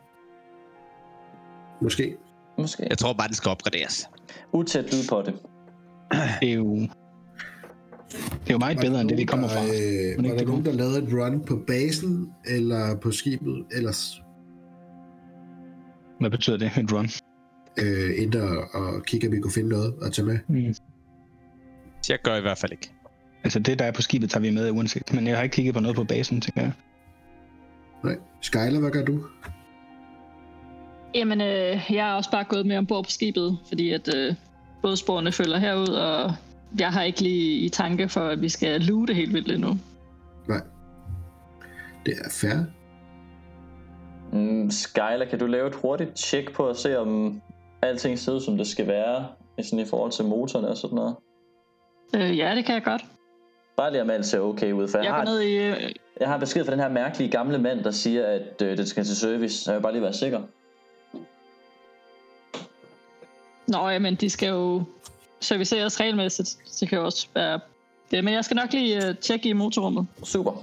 Måske. Måske. Jeg tror bare, den skal opgraderes. Utæt lyd på det. Det er jo... Det er jo meget bedre, end det vi kommer fra. Øh, Men var ikke der det nogen, gode. der lavede et run på basen, eller på skibet, ellers Hvad betyder det, et run? øh, ind og, og kigge, om vi kunne finde noget at tage med? Mm. Jeg gør i hvert fald ikke. Altså det, der er på skibet, tager vi med uanset. Men jeg har ikke kigget på noget på basen, tænker jeg. Nej. Skyler, hvad gør du? Jamen, øh, jeg er også bare gået med ombord på skibet, fordi at øh, bådsporene følger herud, og jeg har ikke lige i tanke for, at vi skal loote helt vildt endnu. Nej. Det er fair. Mm, Skyler, kan du lave et hurtigt tjek på at se, om alting ser ud, som det skal være, sådan i forhold til motoren og sådan noget? Øh, ja, det kan jeg godt. Bare lige om alt ser okay ud, for jeg, Jeg har, går ned i... Øh, jeg har besked fra den her mærkelige gamle mand, der siger, at øh, det skal til service, så jeg vil bare lige være sikker. Nå, jamen, de skal jo... serviceres regelmæssigt. Det kan jo også være det. Men jeg skal nok lige uh, tjekke i motorrummet. Super.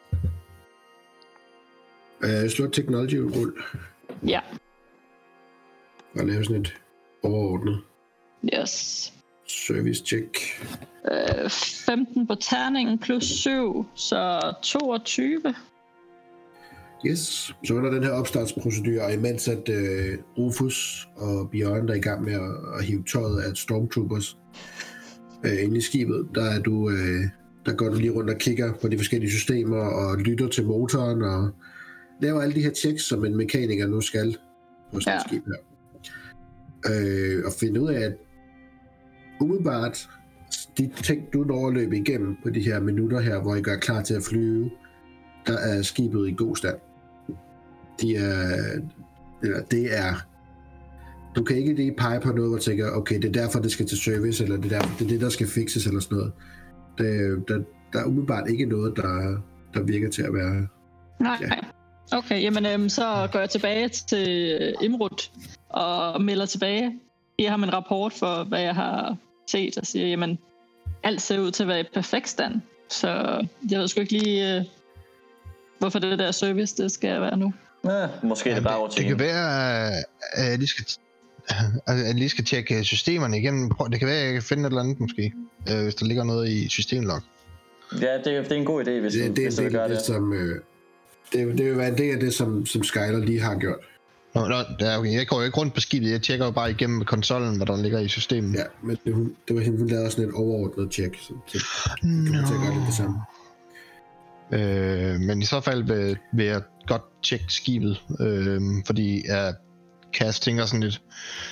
Uh, slå et technology-rull. Ja. Og lave sådan et overordnet Yes. service check. Uh, femten på terningen plus syv, så toogtyve. Yes, så er der den her opstartsprocedur, og imens at uh, Rufus og Bjørn der er i gang med at, at hive tøjet af Stormtroopers uh, inde i skibet, der er du, uh, der går du lige rundt og kigger på de forskellige systemer og lytter til motoren og laver alle de her checks, som en mekaniker nu skal på sådan et Ja. skib her. Uh, og finde ud af, at umiddelbart de ting, du når at løbe igennem på de her minutter her, hvor I gør klar til at flyve, der er skibet i god stand. De er, eller det er, du kan ikke lige pege på noget, hvor du tænker, okay, det er derfor, det skal til service, eller det er, derfor, det, er det, der skal fikses, eller sådan noget. Det, der, der er umiddelbart ikke noget, der, der virker til at være... Nej, Ja. nej. Okay, jamen øhm, så går jeg tilbage til Imrud og melder tilbage. Jeg har en rapport for, hvad jeg har set, og siger, jamen, alt ser ud til at være i perfekt stand. Så jeg ved sgu ikke lige, øh, hvorfor det der service, det skal være nu. Ja, måske er det bare over det, til det kan hende. være, at jeg lige skal, at jeg lige skal tjekke systemerne igen. Prøv- Det kan være, at jeg kan finde et eller andet måske, øh, hvis der ligger noget i systemlog. Ja, det, er- det er en god idé, hvis, Det, du, det, hvis det, du det, vil gøre det, det. som, øh, det, det vil være en del af det, som, som Skyler lige har gjort. Nå, nå, ja, okay. Jeg går jo ikke rundt på skibet, jeg tjekker jo bare igennem med konsollen, hvad der ligger i systemet. Ja, men det, hun, det var hende, hun lavede sådan et overordnet check, så det kan man til at gøre lidt det samme. Øh, men i så fald vil, vil jeg godt tjekke skibet, øh, fordi jeg Cass tænker sådan lidt,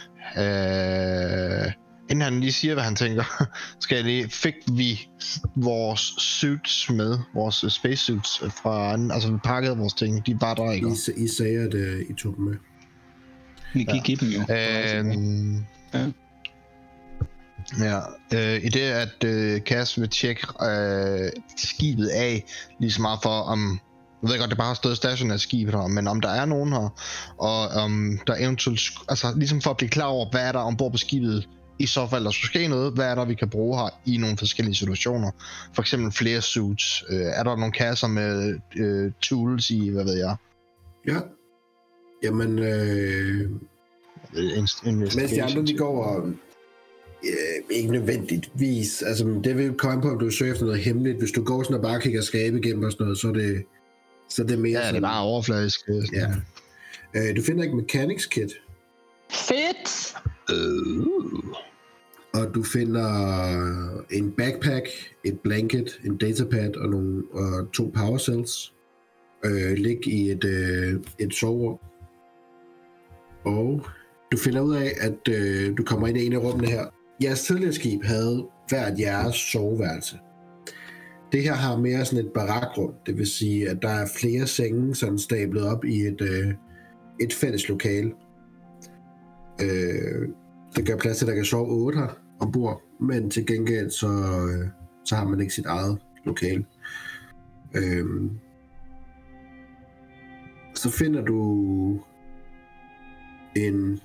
øh, inden han lige siger, hvad han tænker, skal jeg lige, fik vi vores suits med, vores spacesuits fra, altså vi pakkede vores ting, de er bare der, ikke? I, I sagde, at uh, I tog dem med. Vi gik i dem jo. Øh, Ja. Ja, øh, i det at øh, Cass vil tjekke øh, skibet af, lige så meget for om, jeg ved godt, det bare har stået stationært skibet her, men om der er nogen her, og om der eventuelt, sk- altså ligesom for at blive klar over, hvad er der ombord på skibet, i så fald der skulle ske noget, hvad er der vi kan bruge her i nogle forskellige situationer, for eksempel flere suits, øh, er der nogle kasser med øh, tools i, hvad ved jeg, Ja. Jamen, øh, in- mens de andre de går og øh, ikke nødvendigvis, altså det vil komme på, om du søger efter noget hemmeligt. Hvis du går sådan og bare kigger skabe igennem og sådan noget, så er det, så er det mere ja, det sådan, er bare overfladisk. øh, sådan. ja. Øh, du finder ikke mechanics kit, Fedt! Øh. og du finder en backpack, et blanket, en datapad og, nogle, og to power cells. Øh, lig i et, øh, et soverum. Og du finder ud af, at øh, du kommer ind i en af rummene her. Jeres tidligere skib havde hvert jeres soveværelse. Det her har mere sådan et barakrum. Det vil sige, at der er flere senge sådan stablet op i et, øh, et fælles lokale. Øh, det gør plads til, at der kan sove otte her ombord. Men til gengæld, så, øh, så har man ikke sit eget lokale. Øh, så finder du en,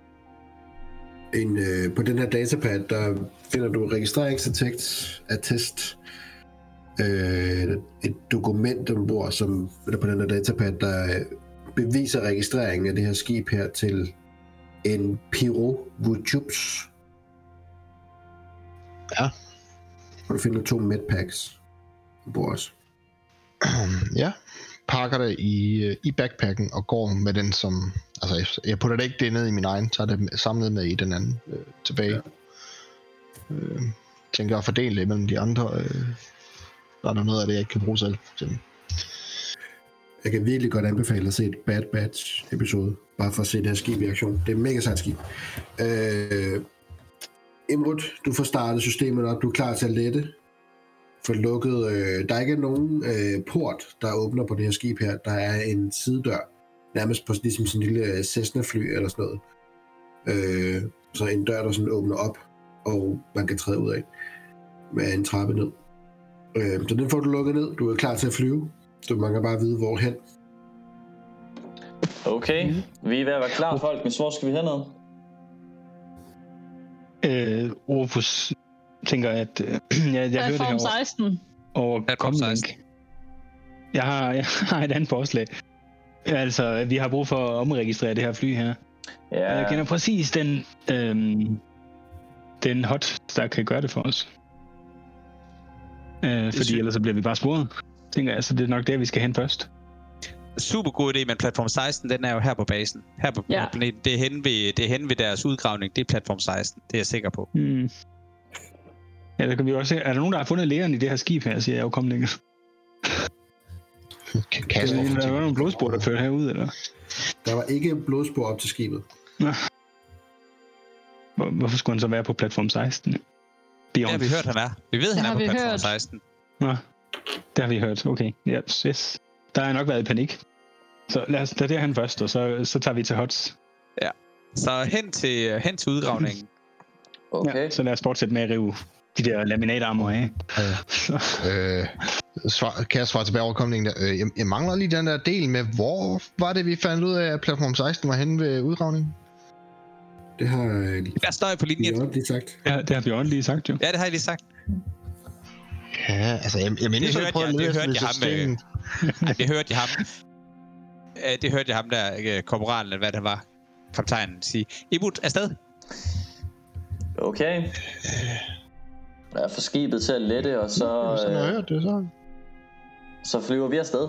en øh, på den her datapad, der finder du registreringsattest, attest, øh, et dokument ombord, som eller på den her datapad, der beviser registreringen af det her skib her til en Piro Vujups. Ja. Og du finder to medpacks ombord også. Ja, pakker det i, øh, i backpacken og går med den som, altså jeg- jeg putter det ikke det ned i min egen, tager det samlet med i den anden øh, tilbage. Ja. Øh, tænker at fordele det mellem de andre, øh, der er der noget af det jeg ikke kan bruge selv. Så, Jeg kan virkelig godt anbefale at se et Bad Batch episode, bare for at se det her skib i aktion. Det er et mega sejt skib. Øh, Imrud, du får startet systemet op, du er klar til at lette. For lukket, øh, der er ikke nogen øh, port, der åbner på det her skib her. Der er en sidedør, nærmest på ligesom sådan en lille Cessna-fly eller sådan noget. Øh, så en dør, der sådan åbner op, og man kan træde ud af med en trappe ned. Øh, så den får du lukket ned. Du er klar til at flyve. Du mangler bare at vide, hvorhen. Okay, vi er ved at være klar, folk, men hvor skal vi hen ad? Øh, Rufus tænker, at øh, jeg, jeg hører det her Platform over, seksten. over Platform Comlink. Jeg har, jeg har et andet forslag. Altså, vi har brug for at omregistrere det her fly her. Ja, Jeg kender præcis den, øhm, den hot, der kan gøre det for os. Øh, fordi sy- ellers så bliver vi bare sporet, tænker jeg. Så det er nok der, vi skal hen først. Super god idé, men platform seksten, den er jo her på basen. Her på Ja. planeten. Det er henne ved, det er henne ved deres udgravning. Det er platform seksten. Det er jeg sikker på. Hmm. Ja, der kan vi også se. Er der nogen, der har fundet lægeren i det her skib her, siger jeg jo Comlink. Kasper. Der var nogle blodspor, der førte herud, eller? Der var ikke blodspor op til skibet. Nå. Hvor, hvorfor skulle han så være på platform seksten? Det Beyond. har vi hørt, han er. Vi ved, Det han er har på vi platform hørt. seksten. Nå, det har vi hørt. Okay, yes, yes. Der har nok været i panik. Så lad os tage det hen først, og så, så tager vi til Hots. Så hen til, hen til udgravningen. okay. Ja, så lad os fortsætte med at rive de der laminatarmer af. Øh, svar, kan jeg svare tilbage over komlingen der? Øh, jeg, jeg mangler lige den der del med, hvor var det, vi fandt ud af, at platform seksten var henne ved udgravningen? Det har øh, Der står jeg på linjen. Bjørn lige sagt. Ja, det har Bjørn lige sagt jo. Ja, det har jeg lige sagt. Ja, altså, jeg, jeg mindes, Det at jeg hørte prøvede jeg- at lede det efter hørte jeg ham, systemet. Ej, det hørte jeg ham. Øh, Det hørte jeg ham der, øh, korporalen, eller hvad det var. Kaptajnen sige. Ibut, afsted. Okay. Jeg får skibet til at lette, og så, Sådan har jeg øh, hørt det, så. så flyver vi afsted.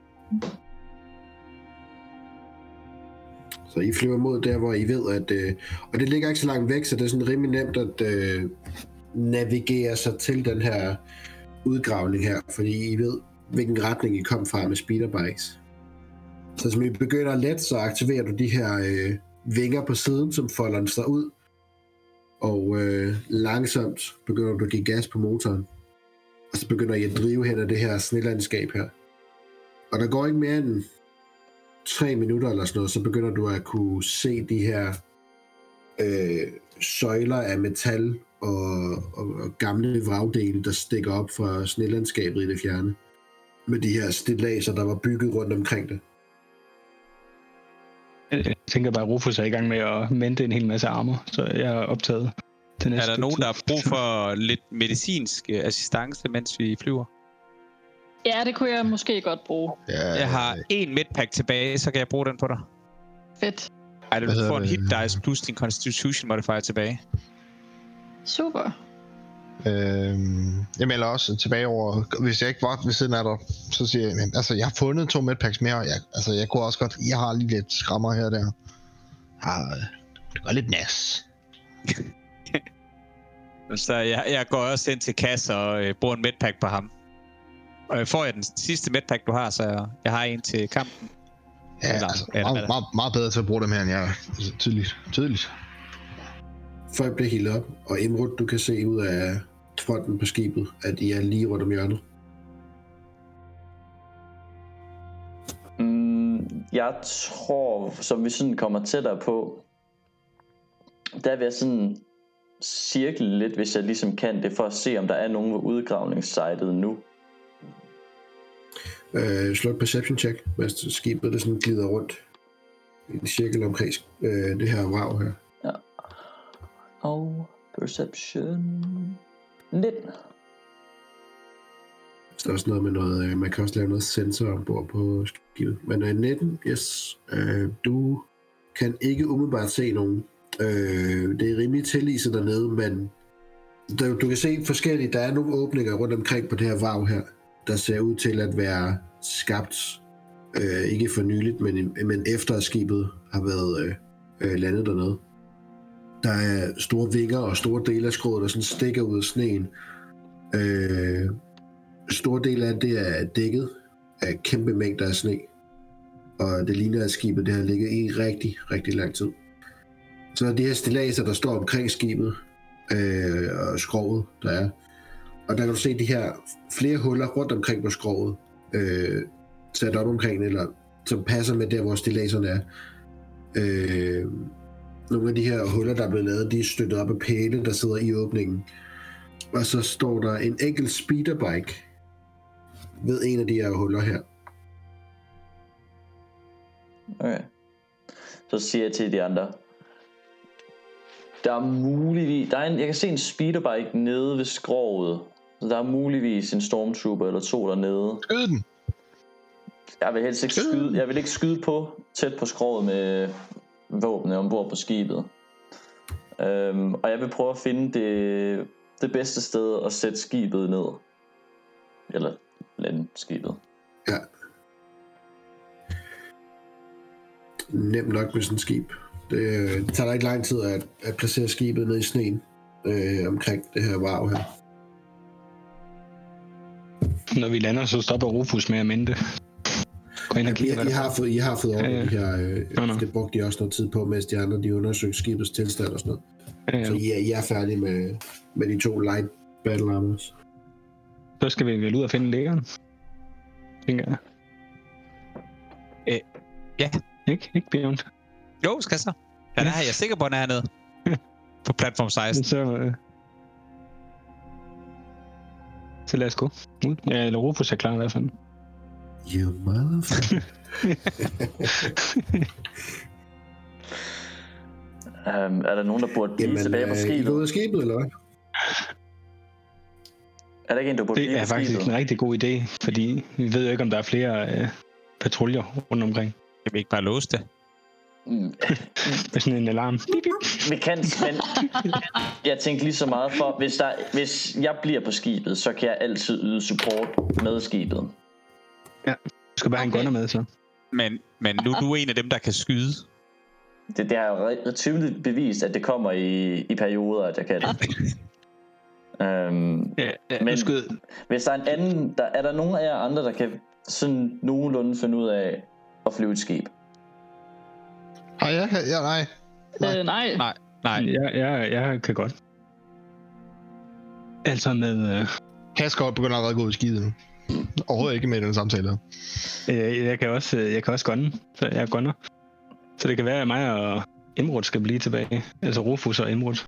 Så I flyver mod der, hvor I ved, at... Øh, og det ligger ikke så langt væk, så det er sådan rimelig nemt at øh, navigere sig til den her udgravning her, fordi I ved, hvilken retning I kom fra med speederbikes. Så som I begynder at lette, så aktiverer du de her øh, vinger på siden, som folder sig ud, og øh, langsomt begynder du at give gas på motoren. Og så begynder I at drive hen ad det her snelandskab her. Og der går ikke mere end tre minutter eller sådan noget, så begynder du at kunne se de her øh, søjler af metal og, og, og gamle vragdele, der stikker op fra snelandskabet i det fjerne. Med de her stilladser, der var bygget rundt omkring det. Jeg tænker bare, at Rufus er i gang med at mente en hel masse armer, så jeg er optaget til næste Er der stykke nogen, tid. der har brug for lidt medicinsk øh, assistance, mens vi flyver? Ja, det kunne jeg måske godt bruge. Ja, Jeg har en medpack tilbage, så kan jeg bruge den på dig. Fedt. Ej, du Hvad hedder får en det? hit dice plus din constitution modifier tilbage. Super. Øhm, jeg melder også tilbage over, hvis jeg ikke var ved siden af dig, så siger jeg, men, altså jeg har fundet to medpacks mere, jeg, altså jeg kunne også godt, jeg har lige lidt skrammer her og der. Ja, det går lidt nas. Så jeg, jeg går også ind til Cass og øh, bruger en medpack på ham. Og får jeg den sidste medpack, du har, så jeg har en til kampen. Ja, Eller- altså eller hvad meget, der- meget, meget bedre til at bruge dem her, end jeg er. Altså, tydeligt, tydeligt. Folk bliver healet op, og Imrud, du kan se ud af fronten på skibet, at I er lige rundt om hjørnet. Mm, jeg tror, som vi sådan kommer tættere på, der vil jeg sådan cirkle lidt, hvis jeg ligesom kan det, for at se, om der er nogen ved udgravningssitet nu. Øh, slå et perception check, mens skibet det sådan glider rundt i en cirkel omkring øh, det her vrag her. Og perception nitten. Så der er også noget med noget, øh, man kan også lave noget sensor ombord på skibet. Men øh, nitten, yes, øh, du kan ikke umiddelbart se nogen. Øh, det er rimelig tilliset dernede, men der, du kan se forskellige, der er nogle åbninger rundt omkring på det her vrag her, der ser ud til at være skabt, øh, ikke for nyligt, men, men efter at skibet har været øh, øh, landet dernede. Der er store vinger og store dele af skroget, der sådan stikker ud af sneen. Øh, store dele af det er dækket af kæmpe mængder af sne. Og det ligner, at skibet det har ligget i rigtig, rigtig lang tid. Så er de her stilladser, der står omkring skibet, øh, og skroget, der er. Og der kan du se de her flere huller rundt omkring på skroget, øh, sat op omkring, eller som passer med der, hvor stilladserne er. Øh, nogle af de her huller, der er blevet lavet, de er støttet op af pæle, der sidder i åbningen. Og så står der en enkelt speederbike ved en af de her huller her. Okay. Så siger jeg til de andre, Der er muligvis... Der er en, jeg kan se en speederbike nede ved skroget. Så der er muligvis en stormtrooper eller to dernede. Skyd den! Jeg vil helst ikke skyde, jeg vil ikke skyde på tæt på skroget med våbne ombord på skibet. Øhm, og jeg vil prøve at finde det, det bedste sted at sætte skibet ned. Eller lande skibet. Ja. Nemt nok med sådan et skib. Det, det tager da ikke lang tid at, at placere skibet ned i sneen øh, omkring det her varv her. Når vi lander, så stopper Rufus med at mente. Gå ind og kigge, I, I, har fået, I har fået over ja, ja. de her... Øh, Nå, nå. Det brugte de også noget tid på, mens de andre de undersøgte skibets tilstand og sådan noget. Ja, ja. Så I er, I er færdige med, med de to light battle armors. Så skal vi vel ud og finde lægeren, tænker jeg. Øh, ja. Ikke? Ikke Beyond? Jo, skal så. Ja, der er jeg sikker på, at den er hernede. På platform seksten. Så, øh... så lad os gå. Ja, eller Rufus er klar i hvert fald. You motherfucker. um, er der nogen, der burde blive Jamen, tilbage på øh, I skibet? går ud af skibet, eller hvad? Er der ikke en, der burde Det blive er på faktisk skibet? en rigtig god idé, fordi vi ved jo ikke, om der er flere øh, patruljer rundt omkring. Kan vi ikke bare låse det? Mm. Med sådan en alarm. Vi kan, men jeg tænkte lige så meget for, hvis, der, hvis jeg bliver på skibet, så kan jeg altid yde support med skibet. Ja, du skal bare have en gunner med, så. Men, men nu er du en af dem, der kan skyde. Det, det har jo re- tydeligt bevist, at det kommer i, i perioder, at jeg kan det. øhm, Ja, ja, men skyd. hvis der er en anden, der, er der nogen af jer andre, der kan sådan nogenlunde finde ud af at flyve et skib? Ej, ja, ja, nej. Nej. Øh, nej. Nej, nej. Ja, jeg, jeg kan godt. Altså med... Øh, Haskell begynder allerede at gå ud i skidet nu. Overhovedet ikke med i den samtale. øh, jeg kan også, jeg kan også gunne, så jeg er gunner. Så det kan være, at mig og Imrud skal blive tilbage. Altså Rufus og Imrud.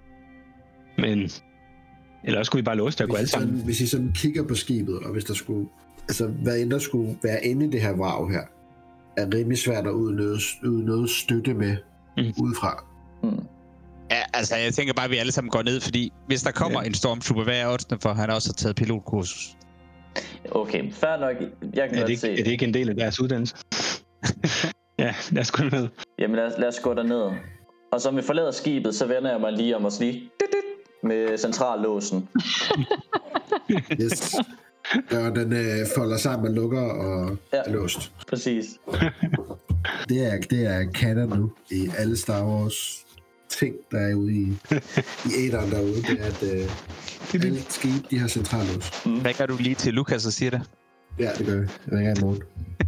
Men... Eller også skulle vi bare låse det og gå alle Hvis I, sådan, sammen. hvis I sådan kigger på skibet, og hvis der skulle... Altså, hvad end der skulle være inde i det her varv her, er rimelig svært at yde noget, yde noget støtte med Mm. udefra. Hmm. Ja, altså, jeg tænker bare, at vi alle sammen går ned, fordi hvis der kommer Ja. en stormtrooper, hvad er oddsene for, at han også har taget pilotkursus? Okay, fair nok. Jeg kan Er godt det, ikke, se. er det ikke en del af deres uddannelse? Ja, lad os gå med. Jamen lad os, lad os gå derned. Og så vi forlader skibet, så vender jeg mig lige om at sige med centrallåsen. Yes. Og den øh, folder sammen og lukker og Ja. er låst. Præcis. Det er, det er katter nu i alle Star Wars ting, der er ude i, i æderen derude. Det er, at øh, alle skibe, de har centrallås. Hvad gør du lige til Lukas og siger det? Ja, det gør jeg. Jeg ringer i morgen.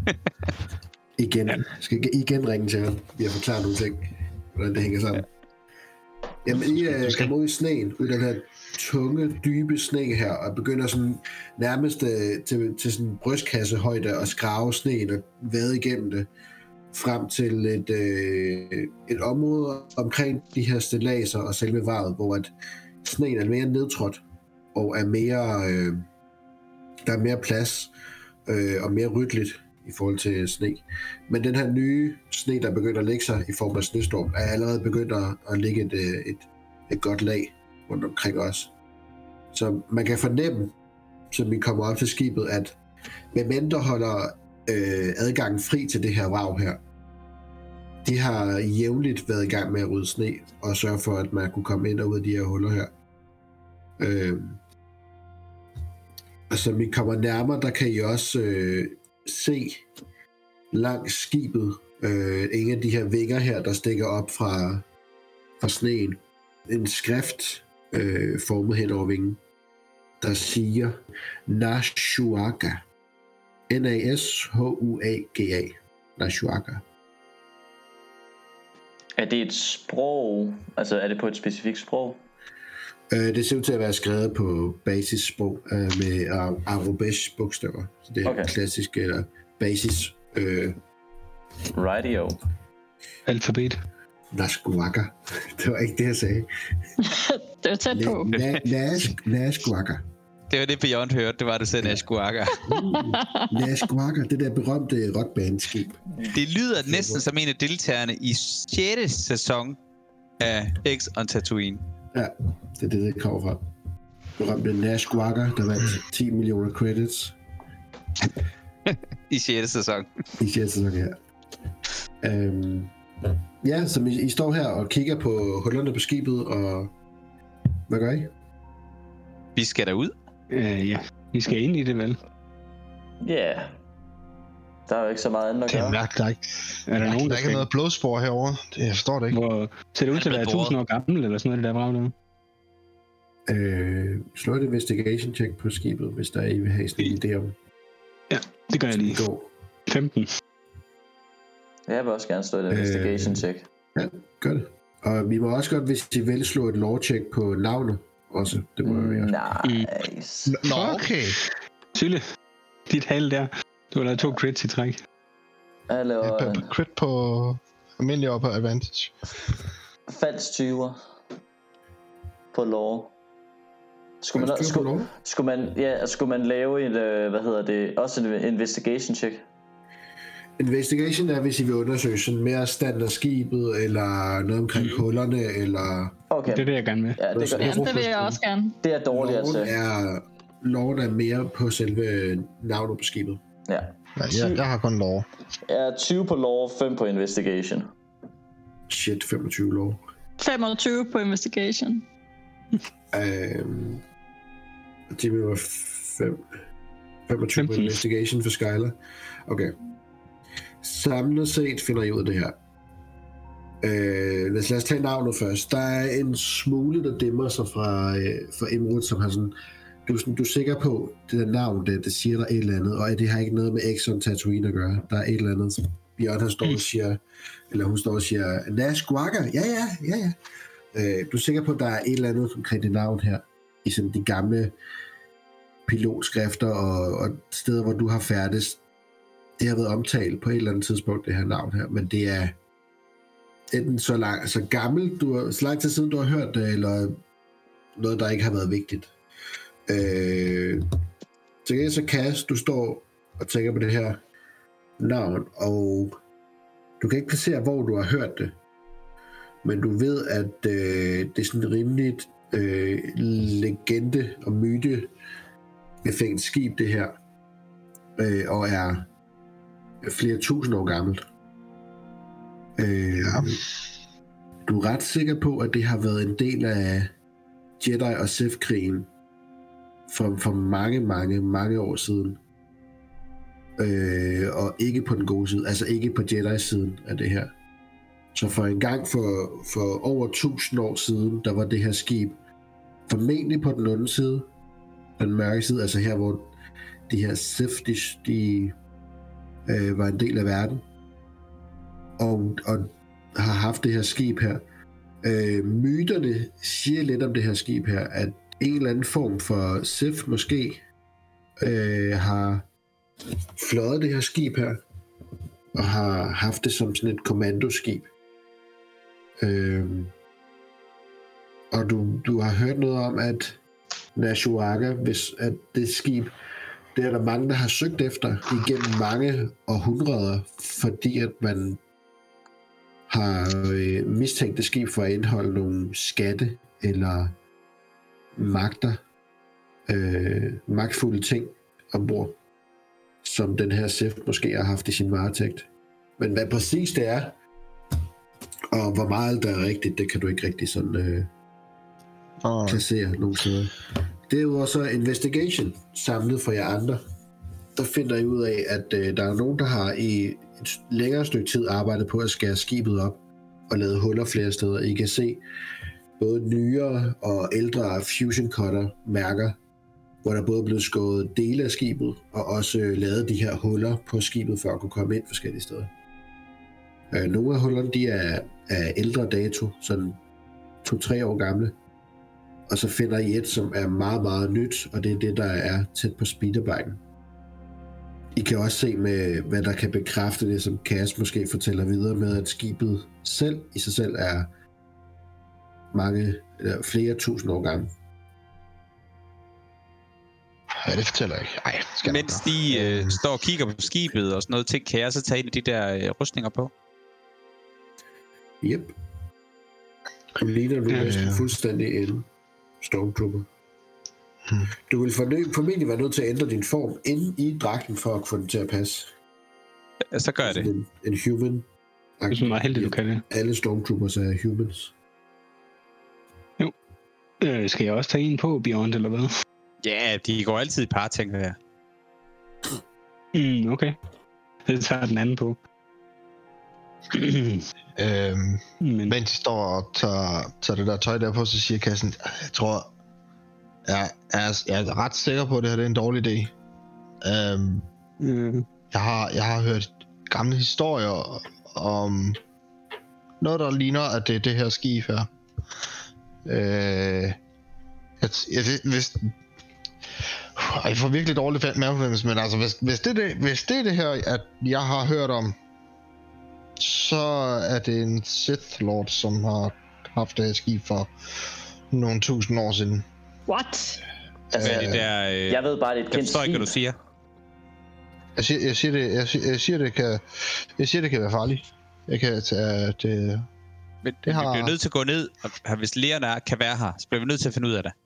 Igen. Jeg skal igen ringe til ham. Vi har forklaret nogle ting, hvordan det hænger sammen. Jamen, I uh, kommer ud i sneen, ud i den her tunge, dybe sne her, og begynder sådan nærmest uh, til, til sådan brystkassehøjde at skrave sneen og vade igennem det, frem til et, uh, et område omkring de her stilladser og selve varet, hvor at sneen er mere nedtrådt, og er mere, uh, der er mere plads uh, og mere ryddeligt i forhold til sne. Men den her nye sne, der begynder at lægge sig i form af snestorm, er allerede begyndt at, at lægge et, et, et godt lag rundt omkring os. Så man kan fornemme, som vi kommer op til skibet, at medmindre holder øh, adgangen fri til det her vrag her, de har jævnligt været i gang med at rydde sne og sørge for, at man kunne komme ind og ud af de her huller her. Øh, og som vi kommer nærmere, der kan I også øh, se langs skibet øh, en af de her vinger her, der stikker op fra, fra sneen. En skrift øh, formet hen over vingen, der siger Nashuaga. N A S H U A G A. Nashuaga. Er det et sprog? Altså er det på et specifikt sprog? Øh, det ser ud til at være skrevet på basissprog øh, med ar- Arubesh bogstaver. Så det er Okay. klassisk eller basis øh, Radio. Alfabet. Nashuaga. Det var ikke det, jeg sagde. Det var tæt på. Nashuaga. Det var det, Beyond hørte. Det var det selv, Ashkuaga. Nashuaga, det der berømte rockbandskib. Det lyder næsten som en af deltagerne i sjette sæson af X on Tatooine. Ja, det er det, det kommer fra. Du ramte Nash Guaga, der vandt ti millioner credits. I sjette sæson. I sjette sæson, ja. Øhm, ja, så I, I står her og kigger på hullerne på skibet, og hvad gør I? Vi skal derud. Øh, ja, vi skal ind i det, vel? Ja. Yeah. Der er jo ikke så meget andet at Det er gøre. mærkeligt, der er ikke, Er der, der nogen, er der ikke skal... noget blodspor herovre. Det, jeg forstår det ikke. Hvor ser det ud til at være tusind år gammel, eller sådan noget, det der brag der? Øh, slå et investigation check på skibet, hvis der er I vil have sådan en idé om. Ja, det gør jeg lige. Gå. femten. Jeg vil også gerne slå et investigation check. Ja, gør det. Og vi må også godt, hvis I vil, slå et lore check på navnet også. Det må mm. være. Nice. Nå, okay. Sylle, dit hal der. Du har lavet to crits i træk. Jeg laver Ja, en crit på almindelig og på advantage. falsk tyver på lore. Skulle man, Falsk tyver på skulle, lore? skulle man, ja, skulle man lave et, øh, hvad hedder det, også et investigation check? Investigation er, hvis I vil undersøge sådan mere stand af skibet, eller noget omkring mm. hullerne, eller... Okay. Det er det, jeg gerne vil. Ja, det, gør, Ja, det vil jeg også gerne. det er dårligere Loven til. er, loven er mere på selve navnet på skibet. Ja. Ja, jeg, jeg har kun lov. Jeg er tyve på lore, fem på investigation. Shit, femogtyve love. femogtyve på investigation. Øhm, Jimmy var fem, femogtyve på investigation for Skyler. Okay. Samlet set finder I ud af det her. Øh, lad os tage navnet først. Der er en smule, der dæmmer sig fra, øh, fra Imrud, som har sådan... Du, sådan, du er sikker på, det der navn, det, det siger der et eller andet, og det har ikke noget med Exxon Tatooine at gøre. Der er et eller andet, som Bjørn han står og siger, eller hun står og siger, Nash Guaga, ja, ja, ja, ja. Øh, du er sikker på, at der er et eller andet omkring det navn her, i sådan de gamle pilotskrifter og, og steder, hvor du har færdes. Det har været omtalt på et eller andet tidspunkt, det her navn her, men det er enten så, lang, så gammelt, du har, så lang tid siden du har hørt det, eller noget, der ikke har været vigtigt. Øh, så så Cass, du står og tænker på det her navn, og du kan ikke placere, hvor du har hørt det, men du ved, at øh, det er sådan et rimeligt øh, legende og myte befængt skib, det her, øh, og er flere tusind år gammelt. Øh, ja. Du er ret sikker på, at det har været en del af Jedi og Sith-krigen for, for mange, mange, mange år siden. Øh, og ikke på den gode side, altså ikke på Jedi-siden af det her. Så for en gang for, for over tusind år siden, der var det her skib formentlig på den onde side, den mørke side, altså her, hvor de her Sith, de, de øh, var en del af verden, og, og har haft det her skib her. Øh, myterne siger lidt om det her skib her, at en eller anden form for Sith måske øh, har fløjet det her skib her, og har haft det som sådan et kommandoskib. Øh, og du, du har hørt noget om, at Nashuaga, hvis at det skib, det er der mange, der har søgt efter igennem mange århundreder, fordi at man har øh, mistænkt det skib for at indeholde nogle skatte eller magter, øh, magtfulde ting ombord, som den her Sith måske har haft i sin varetægt. Men hvad præcis det er, og hvor meget der er rigtigt, det kan du ikke rigtig sådan øh, oh. placere nogen steder. Det er jo også investigation samlet for jer andre. Der finder I ud af, at øh, der er nogen, der har i et længere stykke tid arbejdet på at skære skibet op og lavet huller flere steder. I kan se både nyere og ældre fusion cutter mærker, hvor der både er blevet skåret dele af skibet og også øh, lavet de her huller på skibet for at kunne komme ind forskellige steder. Øh, nogle af hullerne, de er af ældre dato, sådan to-tre år gamle. Og så finder I et, som er meget, meget nyt, og det er det, der er tæt på speederbike'en. I kan også se med, hvad der kan bekræfte det, som Cass måske fortæller videre med, at skibet selv i sig selv er mange, eller flere tusind år gammel. Ja, det fortæller jeg ikke. Ej, skal Mens de øh, står og kigger på skibet og sådan noget ting, kan jeg så tage en af de der øh, rustninger på? Yep. Du ligner du Ja, næsten ja. fuldstændig en Stormtrooper. Hmm. Du vil fornø- formentlig være nødt til at ændre din form inde i dragten, for at få den til at passe. Ja, så gør jeg det. En, en human. Det er så meget heldigt, du kan det. Alle Stormtroopers er humans. Øh, skal jeg også tage en på Beyond, eller hvad? Ja, de går altid i par, tænker jeg. Mm, okay. Det tager den anden på. Øhm, Men mens de står og tager, tager det der tøj der på, så siger Kassen, jeg tror, jeg er, jeg er ret sikker på, at det her det er en dårlig idé. Øhm, øh, jeg, har, jeg har hørt gamle historier om noget, der ligner, at det er det her skib her. Øh, jeg, jeg, hvis, jeg får virkelig dårlig mavefornemmelse, men altså, hvis, hvis, det, det, hvis det er det her, at jeg har hørt om, så er det en Sith Lord, som har haft det her skib for nogle tusind år siden. What? Altså, Hvad er det der... Øh, jeg ved bare, det er et jeg kendt forstår ikke, hvad du skib. siger. Jeg siger, jeg siger det, jeg siger, jeg siger det kan, jeg siger det kan være farligt. Jeg kan tage det. Men Det har- vi bliver nødt til at gå ned, og hvis lærerne er, kan være her, så bliver vi nødt til at finde ud af det.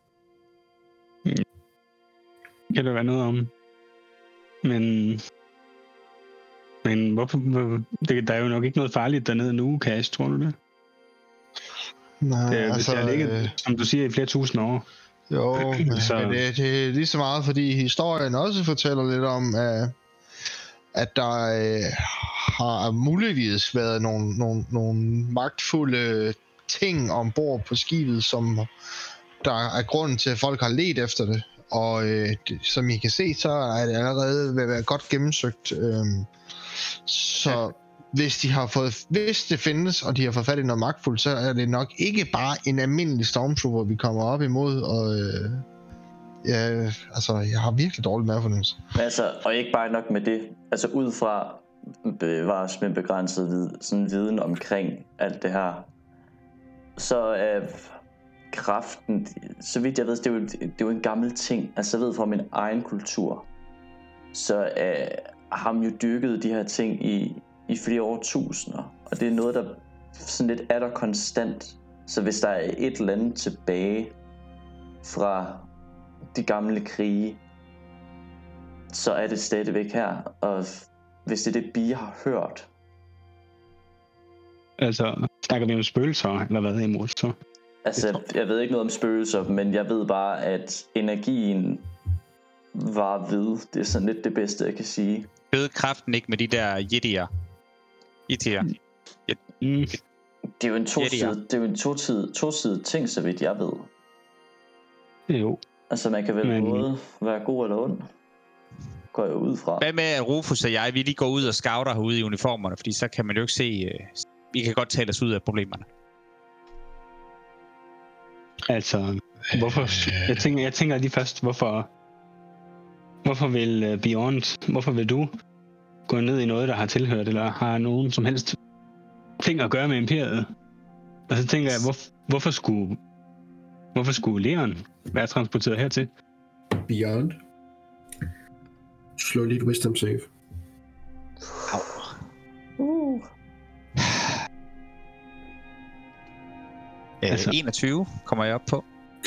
kan der være noget om. Men... Men hvorfor... hvor- Det, der er jo nok ikke noget farligt dernede nu, Cash, tror du det? Nej, Det, altså, det har ligget, øh, som du siger, i flere tusind år. jo, men, Så- men det, det er lige så meget, fordi historien også fortæller lidt om, at, at der øh, har muligvis været nogle, nogle, nogle magtfulde ting ombord på skibet, som der er grunden til, at folk har let efter det. Og øh, det, som I kan se, så er det allerede ved at være godt gennemsøgt. Øh, så ja. hvis de har fået, hvis det findes, og de har fået fat i noget magtfuldt, så er det nok ikke bare en almindelig Stormtrooper, vi kommer op imod. Og øh, ja, altså, jeg har virkelig dårlig mavefornemmelse. Men altså, og ikke bare nok med det. Altså ud fra bevares med begrænset vid, sådan viden omkring alt det her, så er kraften, så vidt jeg ved, det er jo, det er jo en gammel ting. Altså jeg ved fra min egen kultur, så øh, har man jo dyrket de her ting i, i flere årtusinder. Og det er noget, der sådan lidt er der konstant. Så hvis der er et eller andet tilbage fra de gamle krige, så er det stadigvæk her. Og hvis det er det, Bia har hørt. Altså, snakker vi om spøgelser, eller hvad, imod så? Altså, jeg, jeg ved ikke noget om spøgelser, men jeg ved bare, at energien var ved. Det er sådan lidt det bedste, jeg kan sige. Ved kraften ikke med de der jedier? Jedier. Mm. Det er jo en Jedier. to-sidet, det er jo en to-sidet, to-sidet ting, så vidt jeg ved. Jo. Altså, man kan vel Men- både være god eller ond. Går jeg ud fra. Hvad med, at Rufus og jeg, vi lige går ud og scouter herude i uniformerne, fordi så kan man jo ikke se... Øh, vi kan godt tale os ud af problemerne. Altså, hvorfor... Jeg tænker, jeg tænker lige først, hvorfor... Hvorfor vil uh, Beyond... Hvorfor vil du gå ned i noget, der har tilhørt, eller har nogen som helst ting at gøre med imperiet? Og så tænker jeg, hvor, hvorfor skulle... Hvorfor skulle Leon være transporteret hertil? Beyond. Slå lige et wisdom save. Uh. Øh, Altså- enogtyve kommer jeg op på.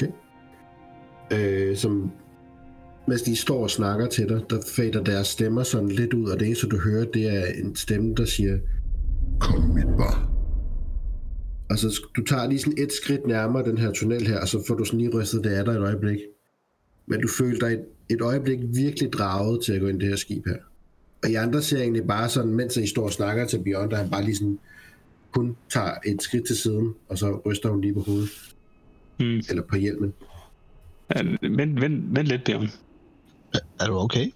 Øh, som, mens de står og snakker til dig, der fader deres stemmer sådan lidt ud, og det eneste du hører, det er en stemme, der siger, kom mit barn. Og så sk- du tager lige sådan et skridt nærmere den her tunnel her, og så får du sådan lige rystet det af dig et øjeblik. Men du føler dig et, et øjeblik virkelig draget til at gå ind i det her skib her. Og I andre ser egentlig bare sådan, mens I står og snakker til Beyond, der han bare lige sådan kun tager et skridt til siden, og så ryster hun lige på hovedet. Hmm. Eller på hjelmen. Ja, vent, vent, vent lidt, Bjørn. Er, er du okay?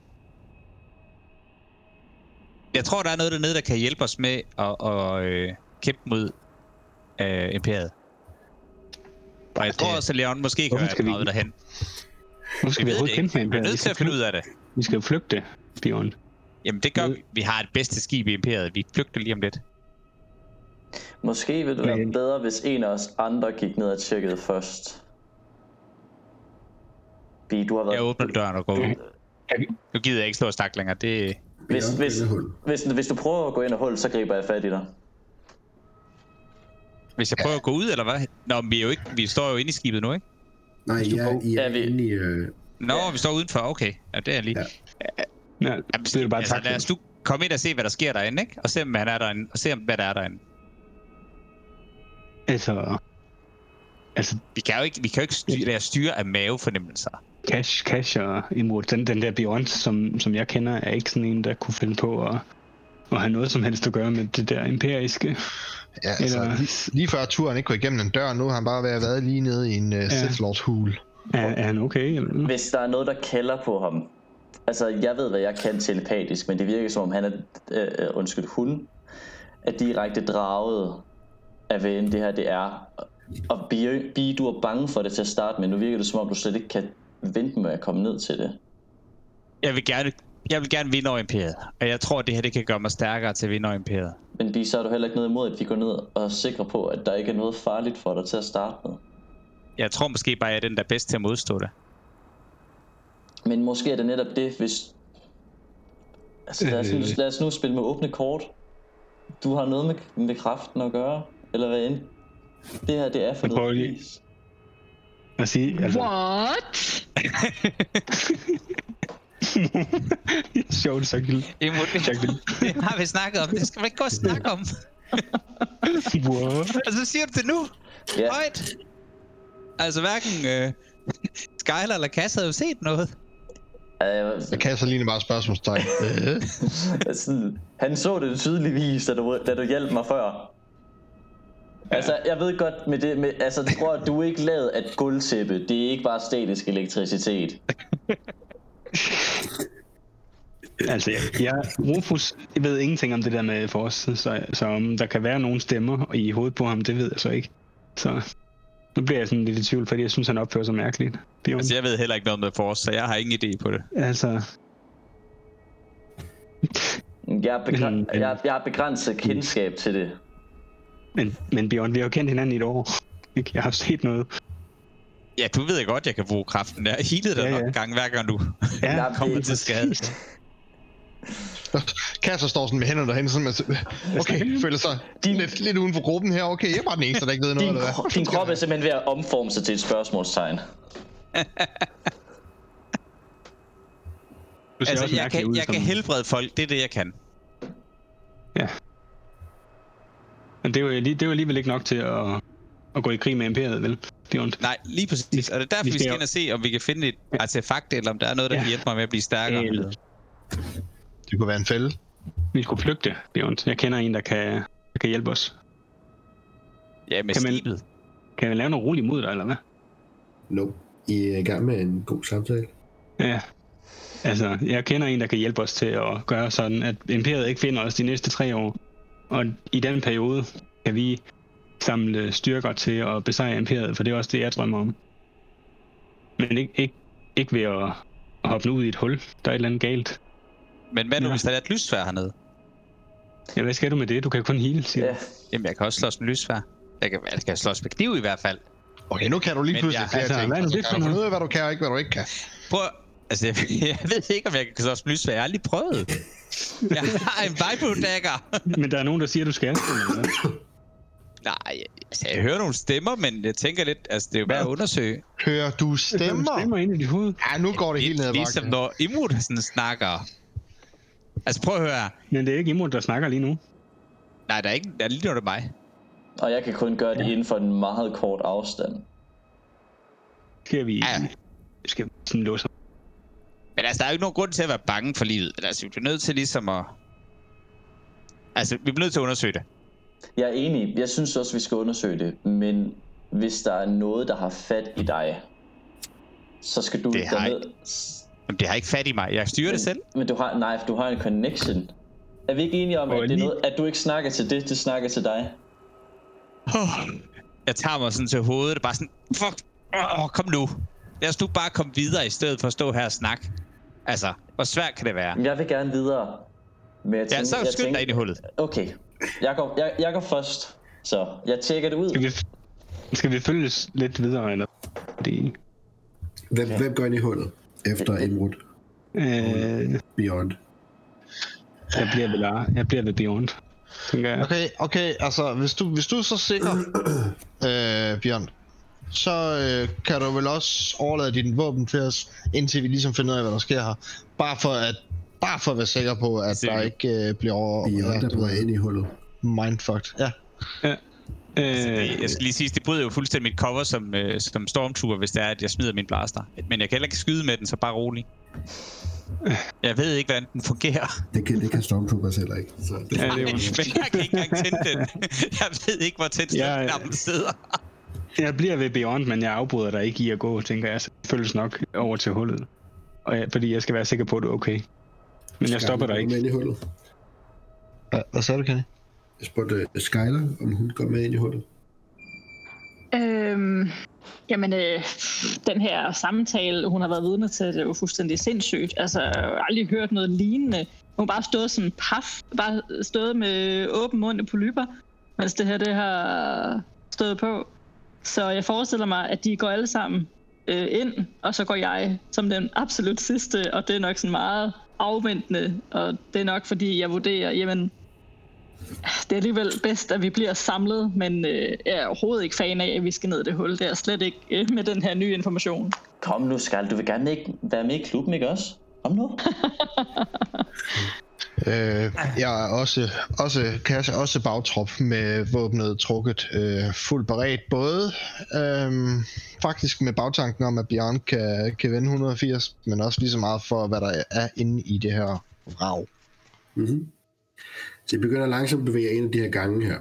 Jeg tror, der er noget dernede, der kan hjælpe os med at, at øh, kæmpe mod øh, imperiet. Og jeg tror også, at Leon måske kan Hvorfor være skal vi- draget derhen. Nu skal Vi vi ved det overhovedet ikke. kæmpe med Vi er imperiet. Vi nødt til skal, at finde ud flygte, af det. vi skal jo flygte, Bjørn. Jamen det gør vi. Vi har det bedste skib i imperiet. Vi flygter lige om lidt. Måske ville det være Men- bedre, hvis en af os andre gik ned og tjekkede først. Bi, du har været... Jeg åbner døren og går ud. Nu gider jeg ikke stå og snakke længere. Det... Hvis, Beyond hvis, finder hul. hvis, hvis du prøver at gå ind og hul, så griber jeg fat i dig. Hvis jeg prøver at gå ud, eller hvad? Nå, men vi, er jo ikke, vi står jo inde i skibet nu, ikke? Nej, ja, I er Ja, vi- inde i... Øh... Nå, Ja. vi står udenfor, okay. Ja, det er lige. Ja. Ja. Ja, det er jo bare altså, tak. lad os nu komme ind og se, hvad der sker derinde, ikke? Og se, om han er derinde, og se, om hvad der er derinde. Altså, altså Vi kan jo ikke, vi kan jo ikke styre, lade os styre af mavefornemmelser. Cash, Cash og Imod, den, den der Beyond, som, som jeg kender, er ikke sådan en, der kunne finde på at, at have noget som helst at gøre med det der imperiske. Ja, altså, Eller- lige, lige før turen ikke gå igennem en dør, nu har han bare været, været lige nede i en uh, Sith Lords hul. Er, er han okay? Eller? Hvis der er noget, der kalder på ham. Altså, jeg ved, hvad jeg kan telepatisk, men det virker som om, han er, øh, øh, undskyld, hun, er direkte draget af, hvad end det her det er. Og Bi, Bi, du er bange for det til at starte med. Nu virker det som om, du slet ikke kan vente med at komme ned til det. Jeg vil gerne, jeg vil gerne vinde over imperiet. Og jeg tror, det her det kan gøre mig stærkere til at vinde over imperiet. Men Bi, så har du heller ikke noget imod, at vi går ned og er sikre på, at der ikke er noget farligt for dig til at starte med. Jeg tror måske bare, at jeg er den, der er bedst til at modstå det. Men måske er det netop det, hvis... Altså, lad os, nu, lad os nu spille med åbne kort. Du har noget med, med kraften at gøre, eller hvad end. Det her, det er for Jeg prøver noget lige- pris. At sige, altså... What? Sjovt, så gildt. Imod det, Jacqueline. det har vi snakket om. Det skal man ikke gå og snakke om. What? Og så siger du det nu. Ja, Højt. Altså hverken øh, Skyler eller Cass havde jo set noget. øh, Jeg kan så lige bare spørgsmålstegn. Øh. altså, han så det tydeligvis, da du, da du hjalp mig før. Altså, jeg ved godt med det, med, altså, du tror, at du er ikke lavet af et guldtæppe. Det er ikke bare statisk elektricitet. Altså, jeg, jeg, Rufus, jeg ved ingenting om det der med Force, så, så om der kan være nogle stemmer i hovedet på ham, det ved jeg så ikke. Så nu bliver jeg sådan lidt i tvivl, fordi jeg synes, han opfører sig mærkeligt. Bjørn. Altså jeg ved heller ikke noget med Force, så jeg har ingen idé på det. Altså, Jeg har, begræ- Men- jeg, jeg har begrænset kendskab til det. men, men Bjørn, vi har jo kendt hinanden i et år. Ikke? Jeg har set noget. Ja, du ved godt, jeg kan bruge kraften. Jeg har healet dig Ja, nok ja. en gang, hver gang du Ja, Ja, kommer det- til skade. Kasser står sådan med hænderne derhen, sådan med, okay, føler sig lidt, lidt uden for gruppen her. Okay, jeg er bare den eneste, der ikke ved noget, Din, eller hvad? kro- din krop er simpelthen ved at omforme sig til et spørgsmålstegn. du ser Altså, også jeg mærkelig kan, ud jeg som- kan helbrede folk. Det er det, jeg kan. Men det er, jo, lige- det er jo alligevel ikke nok til at, at gå i krig med imperiet, vel? Bjørn. Nej, lige præcis. Og det er derfor, Vi vi skal skal jo- ind og se, om vi kan finde et artefakt, eller om der er noget, der Ja. kan hjælpe mig med at blive stærkere. Eller- Det kunne være en fælde. Vi skulle flygte, Bjørn. Jeg kender en, der kan, der kan hjælpe os. Ja, med Kan man- skibet. Kan jeg lave noget roligt mod dig, eller hvad? No. I er i gang med en god samtale. Ja. Altså, jeg kender en, der kan hjælpe os til at gøre sådan, at imperiet ikke finder os de næste tre år. Og i den periode kan vi samle styrker til at besejre imperiet, for det er også det, jeg drømmer om. Men ikke, ikke, ikke ved at hoppe ud i et hul. Der er et eller andet galt. Men hvad nu, Ja. hvis der er et lysvær hernede? Ja, hvad skal du med det? Du kan kun heal, siger Ja. du. Jamen, jeg kan også slås med lysvær. Jeg kan, jeg kan slås med kniv i hvert fald. Okay, nu kan du lige Men pludselig ja, flere altså, ting. hvad er nu Altså, det for kan du finde noget? ud af, hvad du kan og ikke, hvad du ikke kan? Prøv Altså, jeg, jeg ved ikke, om jeg kan slås med lysvær. Jeg har aldrig prøvet. Jeg har en vibro-dagger. Men der er nogen, der siger, at du skal. Eller hvad? Nej, altså, jeg hører nogle stemmer, men jeg tænker lidt, altså, det er jo bare at undersøge. Hører du Der stemmer? stemmer ind i dit hoved. Ja, nu går det helt ned ad Ligesom bakken. når Imod sådan snakker. Altså, prøv at høre her. Men det er ikke Imod, der snakker lige nu. Nej, der er ikke, der er lige noget af mig. Og jeg kan kun gøre det inden for en meget kort afstand. Skal vi... Ja. Skal vi sådan låse. Men altså, der er jo ikke nogen grund til at være bange for livet. Altså, vi bliver nødt til ligesom at... Altså, vi bliver nødt til at undersøge det. Jeg er enig. Jeg synes også, vi skal undersøge det. Men hvis der er noget, der har fat i dig, så skal du Det har derned. Jamen, det har ikke fat i mig. Jeg styrer det selv. Men du har, nej, du har en connection. Er vi ikke enige om, Og at, det er lige- noget, at du ikke snakker til det, det snakker til dig? Jeg tager mig sådan til hovedet, bare sådan, fuck, åh, kom nu. Lad os nu bare komme videre, i stedet for at stå her og snakke. Altså, hvor svært kan det være? Jeg vil gerne videre. Men jeg Ja, tænker, så jeg skynd dig tænker- ind i hullet. Okay, jeg går, jeg, jeg går først. Så jeg tjekker det ud. Skal vi, skal vi følges lidt videre, eller? Fordi, Hvem, hvem går ind i hullet efter Imrud øh, Beyond? jeg bliver ved, jeg bliver ved Beyond. tænker jeg. Okay, okay, altså hvis du, hvis du er så sikker, øh, Bjørn, så øh, kan du vel også overlade dit våben til os, indtil vi ligesom finder ud af, hvad der sker her. Bare for at, bare for at være sikker på, at der ikke øh, bliver over... Vi er der på ind i hullet. Mindfucked, ja. Ja. Altså, Øh, det, jeg skal lige sige, det bryder jo fuldstændig mit cover som, øh, som stormtrooper, hvis det er, at jeg smider min blaster. Men jeg kan heller ikke skyde med den, så bare rolig. Jeg ved ikke, hvordan den fungerer. Det kan, det kan Stormtroopers heller ikke. Så det... ja, det er jo... Men jeg kan ikke engang tænde den. Jeg ved ikke, hvor tæt Ja, ja. knappen sidder. Jeg bliver ved Beyond, men jeg afbryder dig ikke i at gå, tænker jeg. Så det føles nok over til hullet. Og jeg, fordi jeg skal være sikker på, at du er okay. Men jeg stopper dig ikke. Ind i hullet. Hvad, hvad sagde du, Kenny? Jeg spurgte uh, Skyler, om hun går med ind i hullet. Øhm, jamen, øh, den her samtale, hun har været vidne til, det er jo fuldstændig sindssygt. Altså, jeg har aldrig hørt noget lignende. Hun har bare stået sådan paf, bare stået med åben mund og polypper, mens det her, det har stået på. Så jeg forestiller mig, at de går alle sammen øh, ind, og så går jeg som den absolut sidste, og det er nok sådan meget afventende, og det er nok fordi, jeg vurderer, jamen, det er alligevel bedst, at vi bliver samlet, men øh, jeg er overhovedet ikke fan af, at vi skal ned i det hul. Det er slet ikke øh, med den her nye information. Kom nu, Skal. Du vil gerne ikke være med i klubben, ikke også? Kom nu. Øh, jeg er også, også, kan jeg også bagtrop med våbnet trukket, øh, fuldt beredt, både øh, faktisk med bagtanken om, at Bjørn kan, kan vende et hundrede og firs, men også lige så meget for, hvad der er inde i det her vrag. Mm-hmm. Så jeg begynder langsomt at bevæge en af de her gange her.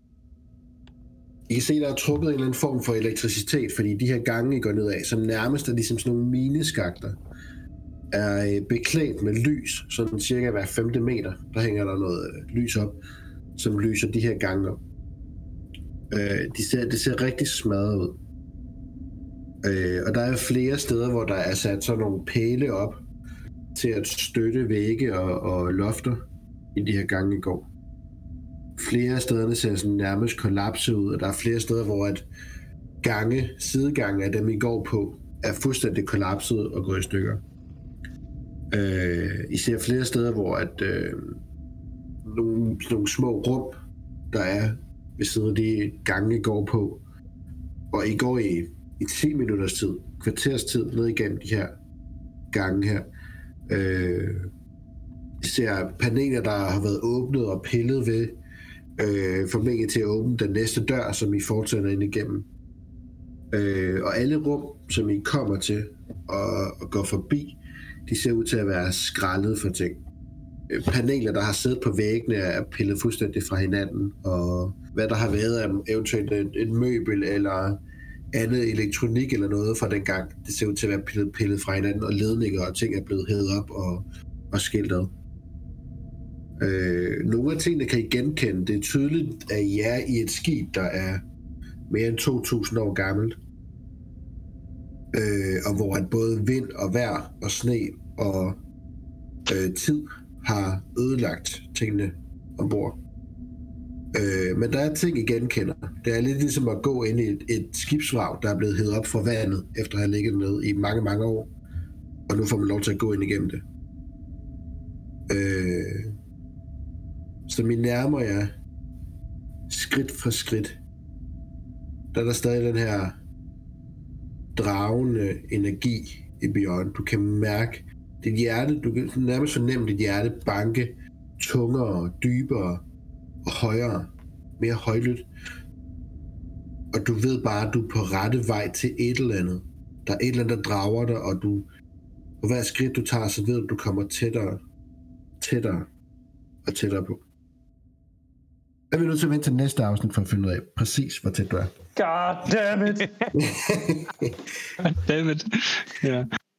I kan se, der er trukket en eller anden form for elektricitet, fordi de her gange, I går ned af, som nærmest er ligesom sådan nogle mineskakter, er beklædt med lys, sådan cirka hver femte meter. Der hænger der noget øh, lys op, som lyser de her gange op. Øh, de ser, det ser rigtig smadret ud. Øh, og der er flere steder, hvor der er sat sådan nogle pæle op til at støtte vægge og, og lofter i de her gange i går. Flere af stederne ser sådan nærmest kollapset ud, og der er flere steder, hvor at gange, sidegange af dem I går på, er fuldstændig kollapset og gået i stykker. Øh, I ser flere steder, hvor at øh, nogle, nogle små rum, der er ved siden af de gange I går på, og I går i, i ti minutters tid, kvarters tid, ned igennem de her gange her. Øh, I ser paneler, der har været åbnet og pillet ved, øh, formentlig til at åbne den næste dør, som I fortsætter ind igennem. Øh, og alle rum, som I kommer til og, og går forbi, de ser ud til at være skrællet for ting. Øh, paneler, der har siddet på væggene, er pillet fuldstændig fra hinanden, og hvad der har været af eventuelt et, et møbel eller andet elektronik eller noget fra den gang, det ser ud til at være pillet, pillet fra hinanden, og ledninger og ting er blevet hævet op og, og skilt ad. Øh, nogle af tingene kan I genkende. Det er tydeligt, at I er i et skib, der er mere end to tusind år gammelt. Øh, og hvor at både vind og vejr og sne og øh, tid har ødelagt tingene ombord. Øh, men der er ting, I genkender. Det er lidt ligesom at gå ind i et, et skibsvrag, der er blevet hævet op fra vandet, efter at have ligget nede i mange, mange år. Og nu får man lov til at gå ind igennem det. Øh, så I nærmer jer skridt for skridt. Der er der stadig den her dragende energi i Beyond. Du kan mærke dit hjerte, du kan nærmest fornemme dit hjerte banke tungere, dybere og højere, mere højlydt. Og du ved bare, at du er på rette vej til et eller andet. Der er et eller andet, der drager dig, og du, på hver skridt du tager, så ved du, at du kommer tættere, tættere og tættere på. Jeg er nødt til at vente til næste afsnit for at finde ud af præcis, hvor tæt du er. God damn it! Damn it. Ja.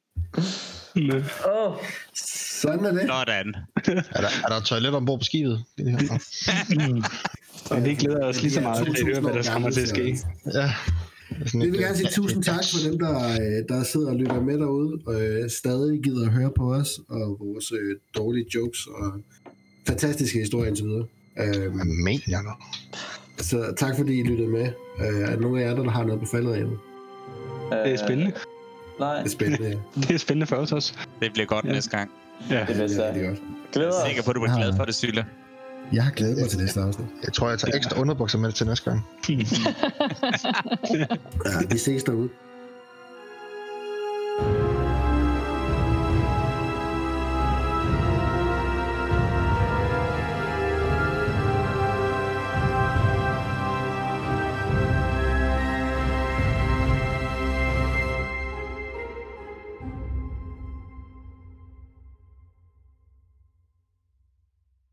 Oh. Sådan er det. Sådan. Er der, er der toilet ombord på skibet? Det her? Og vi glæder os lige så meget til at høre, hvad der kommer til at ske. Ja. Vi vil gerne sige tusind tak for dem, der, der sidder og lytter med derude, og øh, stadig gider at høre på os, og vores øh, dårlige jokes, og fantastiske historier indtil videre. Øh, Mener så tak fordi I lyttede med. Øh, er der nogen af jer, der har noget på faldet af nu? Det er spændende. Nej. Det er spændende, ja. Det er spændende for os også. Det bliver godt Ja. næste gang. Ja. Det er Ja, bedst, det er godt. Glæder Jeg er os. sikker på, at du bliver glad for det, Sylle. Jeg har glædet mig til næste afsnit. Jeg tror, jeg tager ekstra underbukser med til næste gang. Ja, vi ses derude.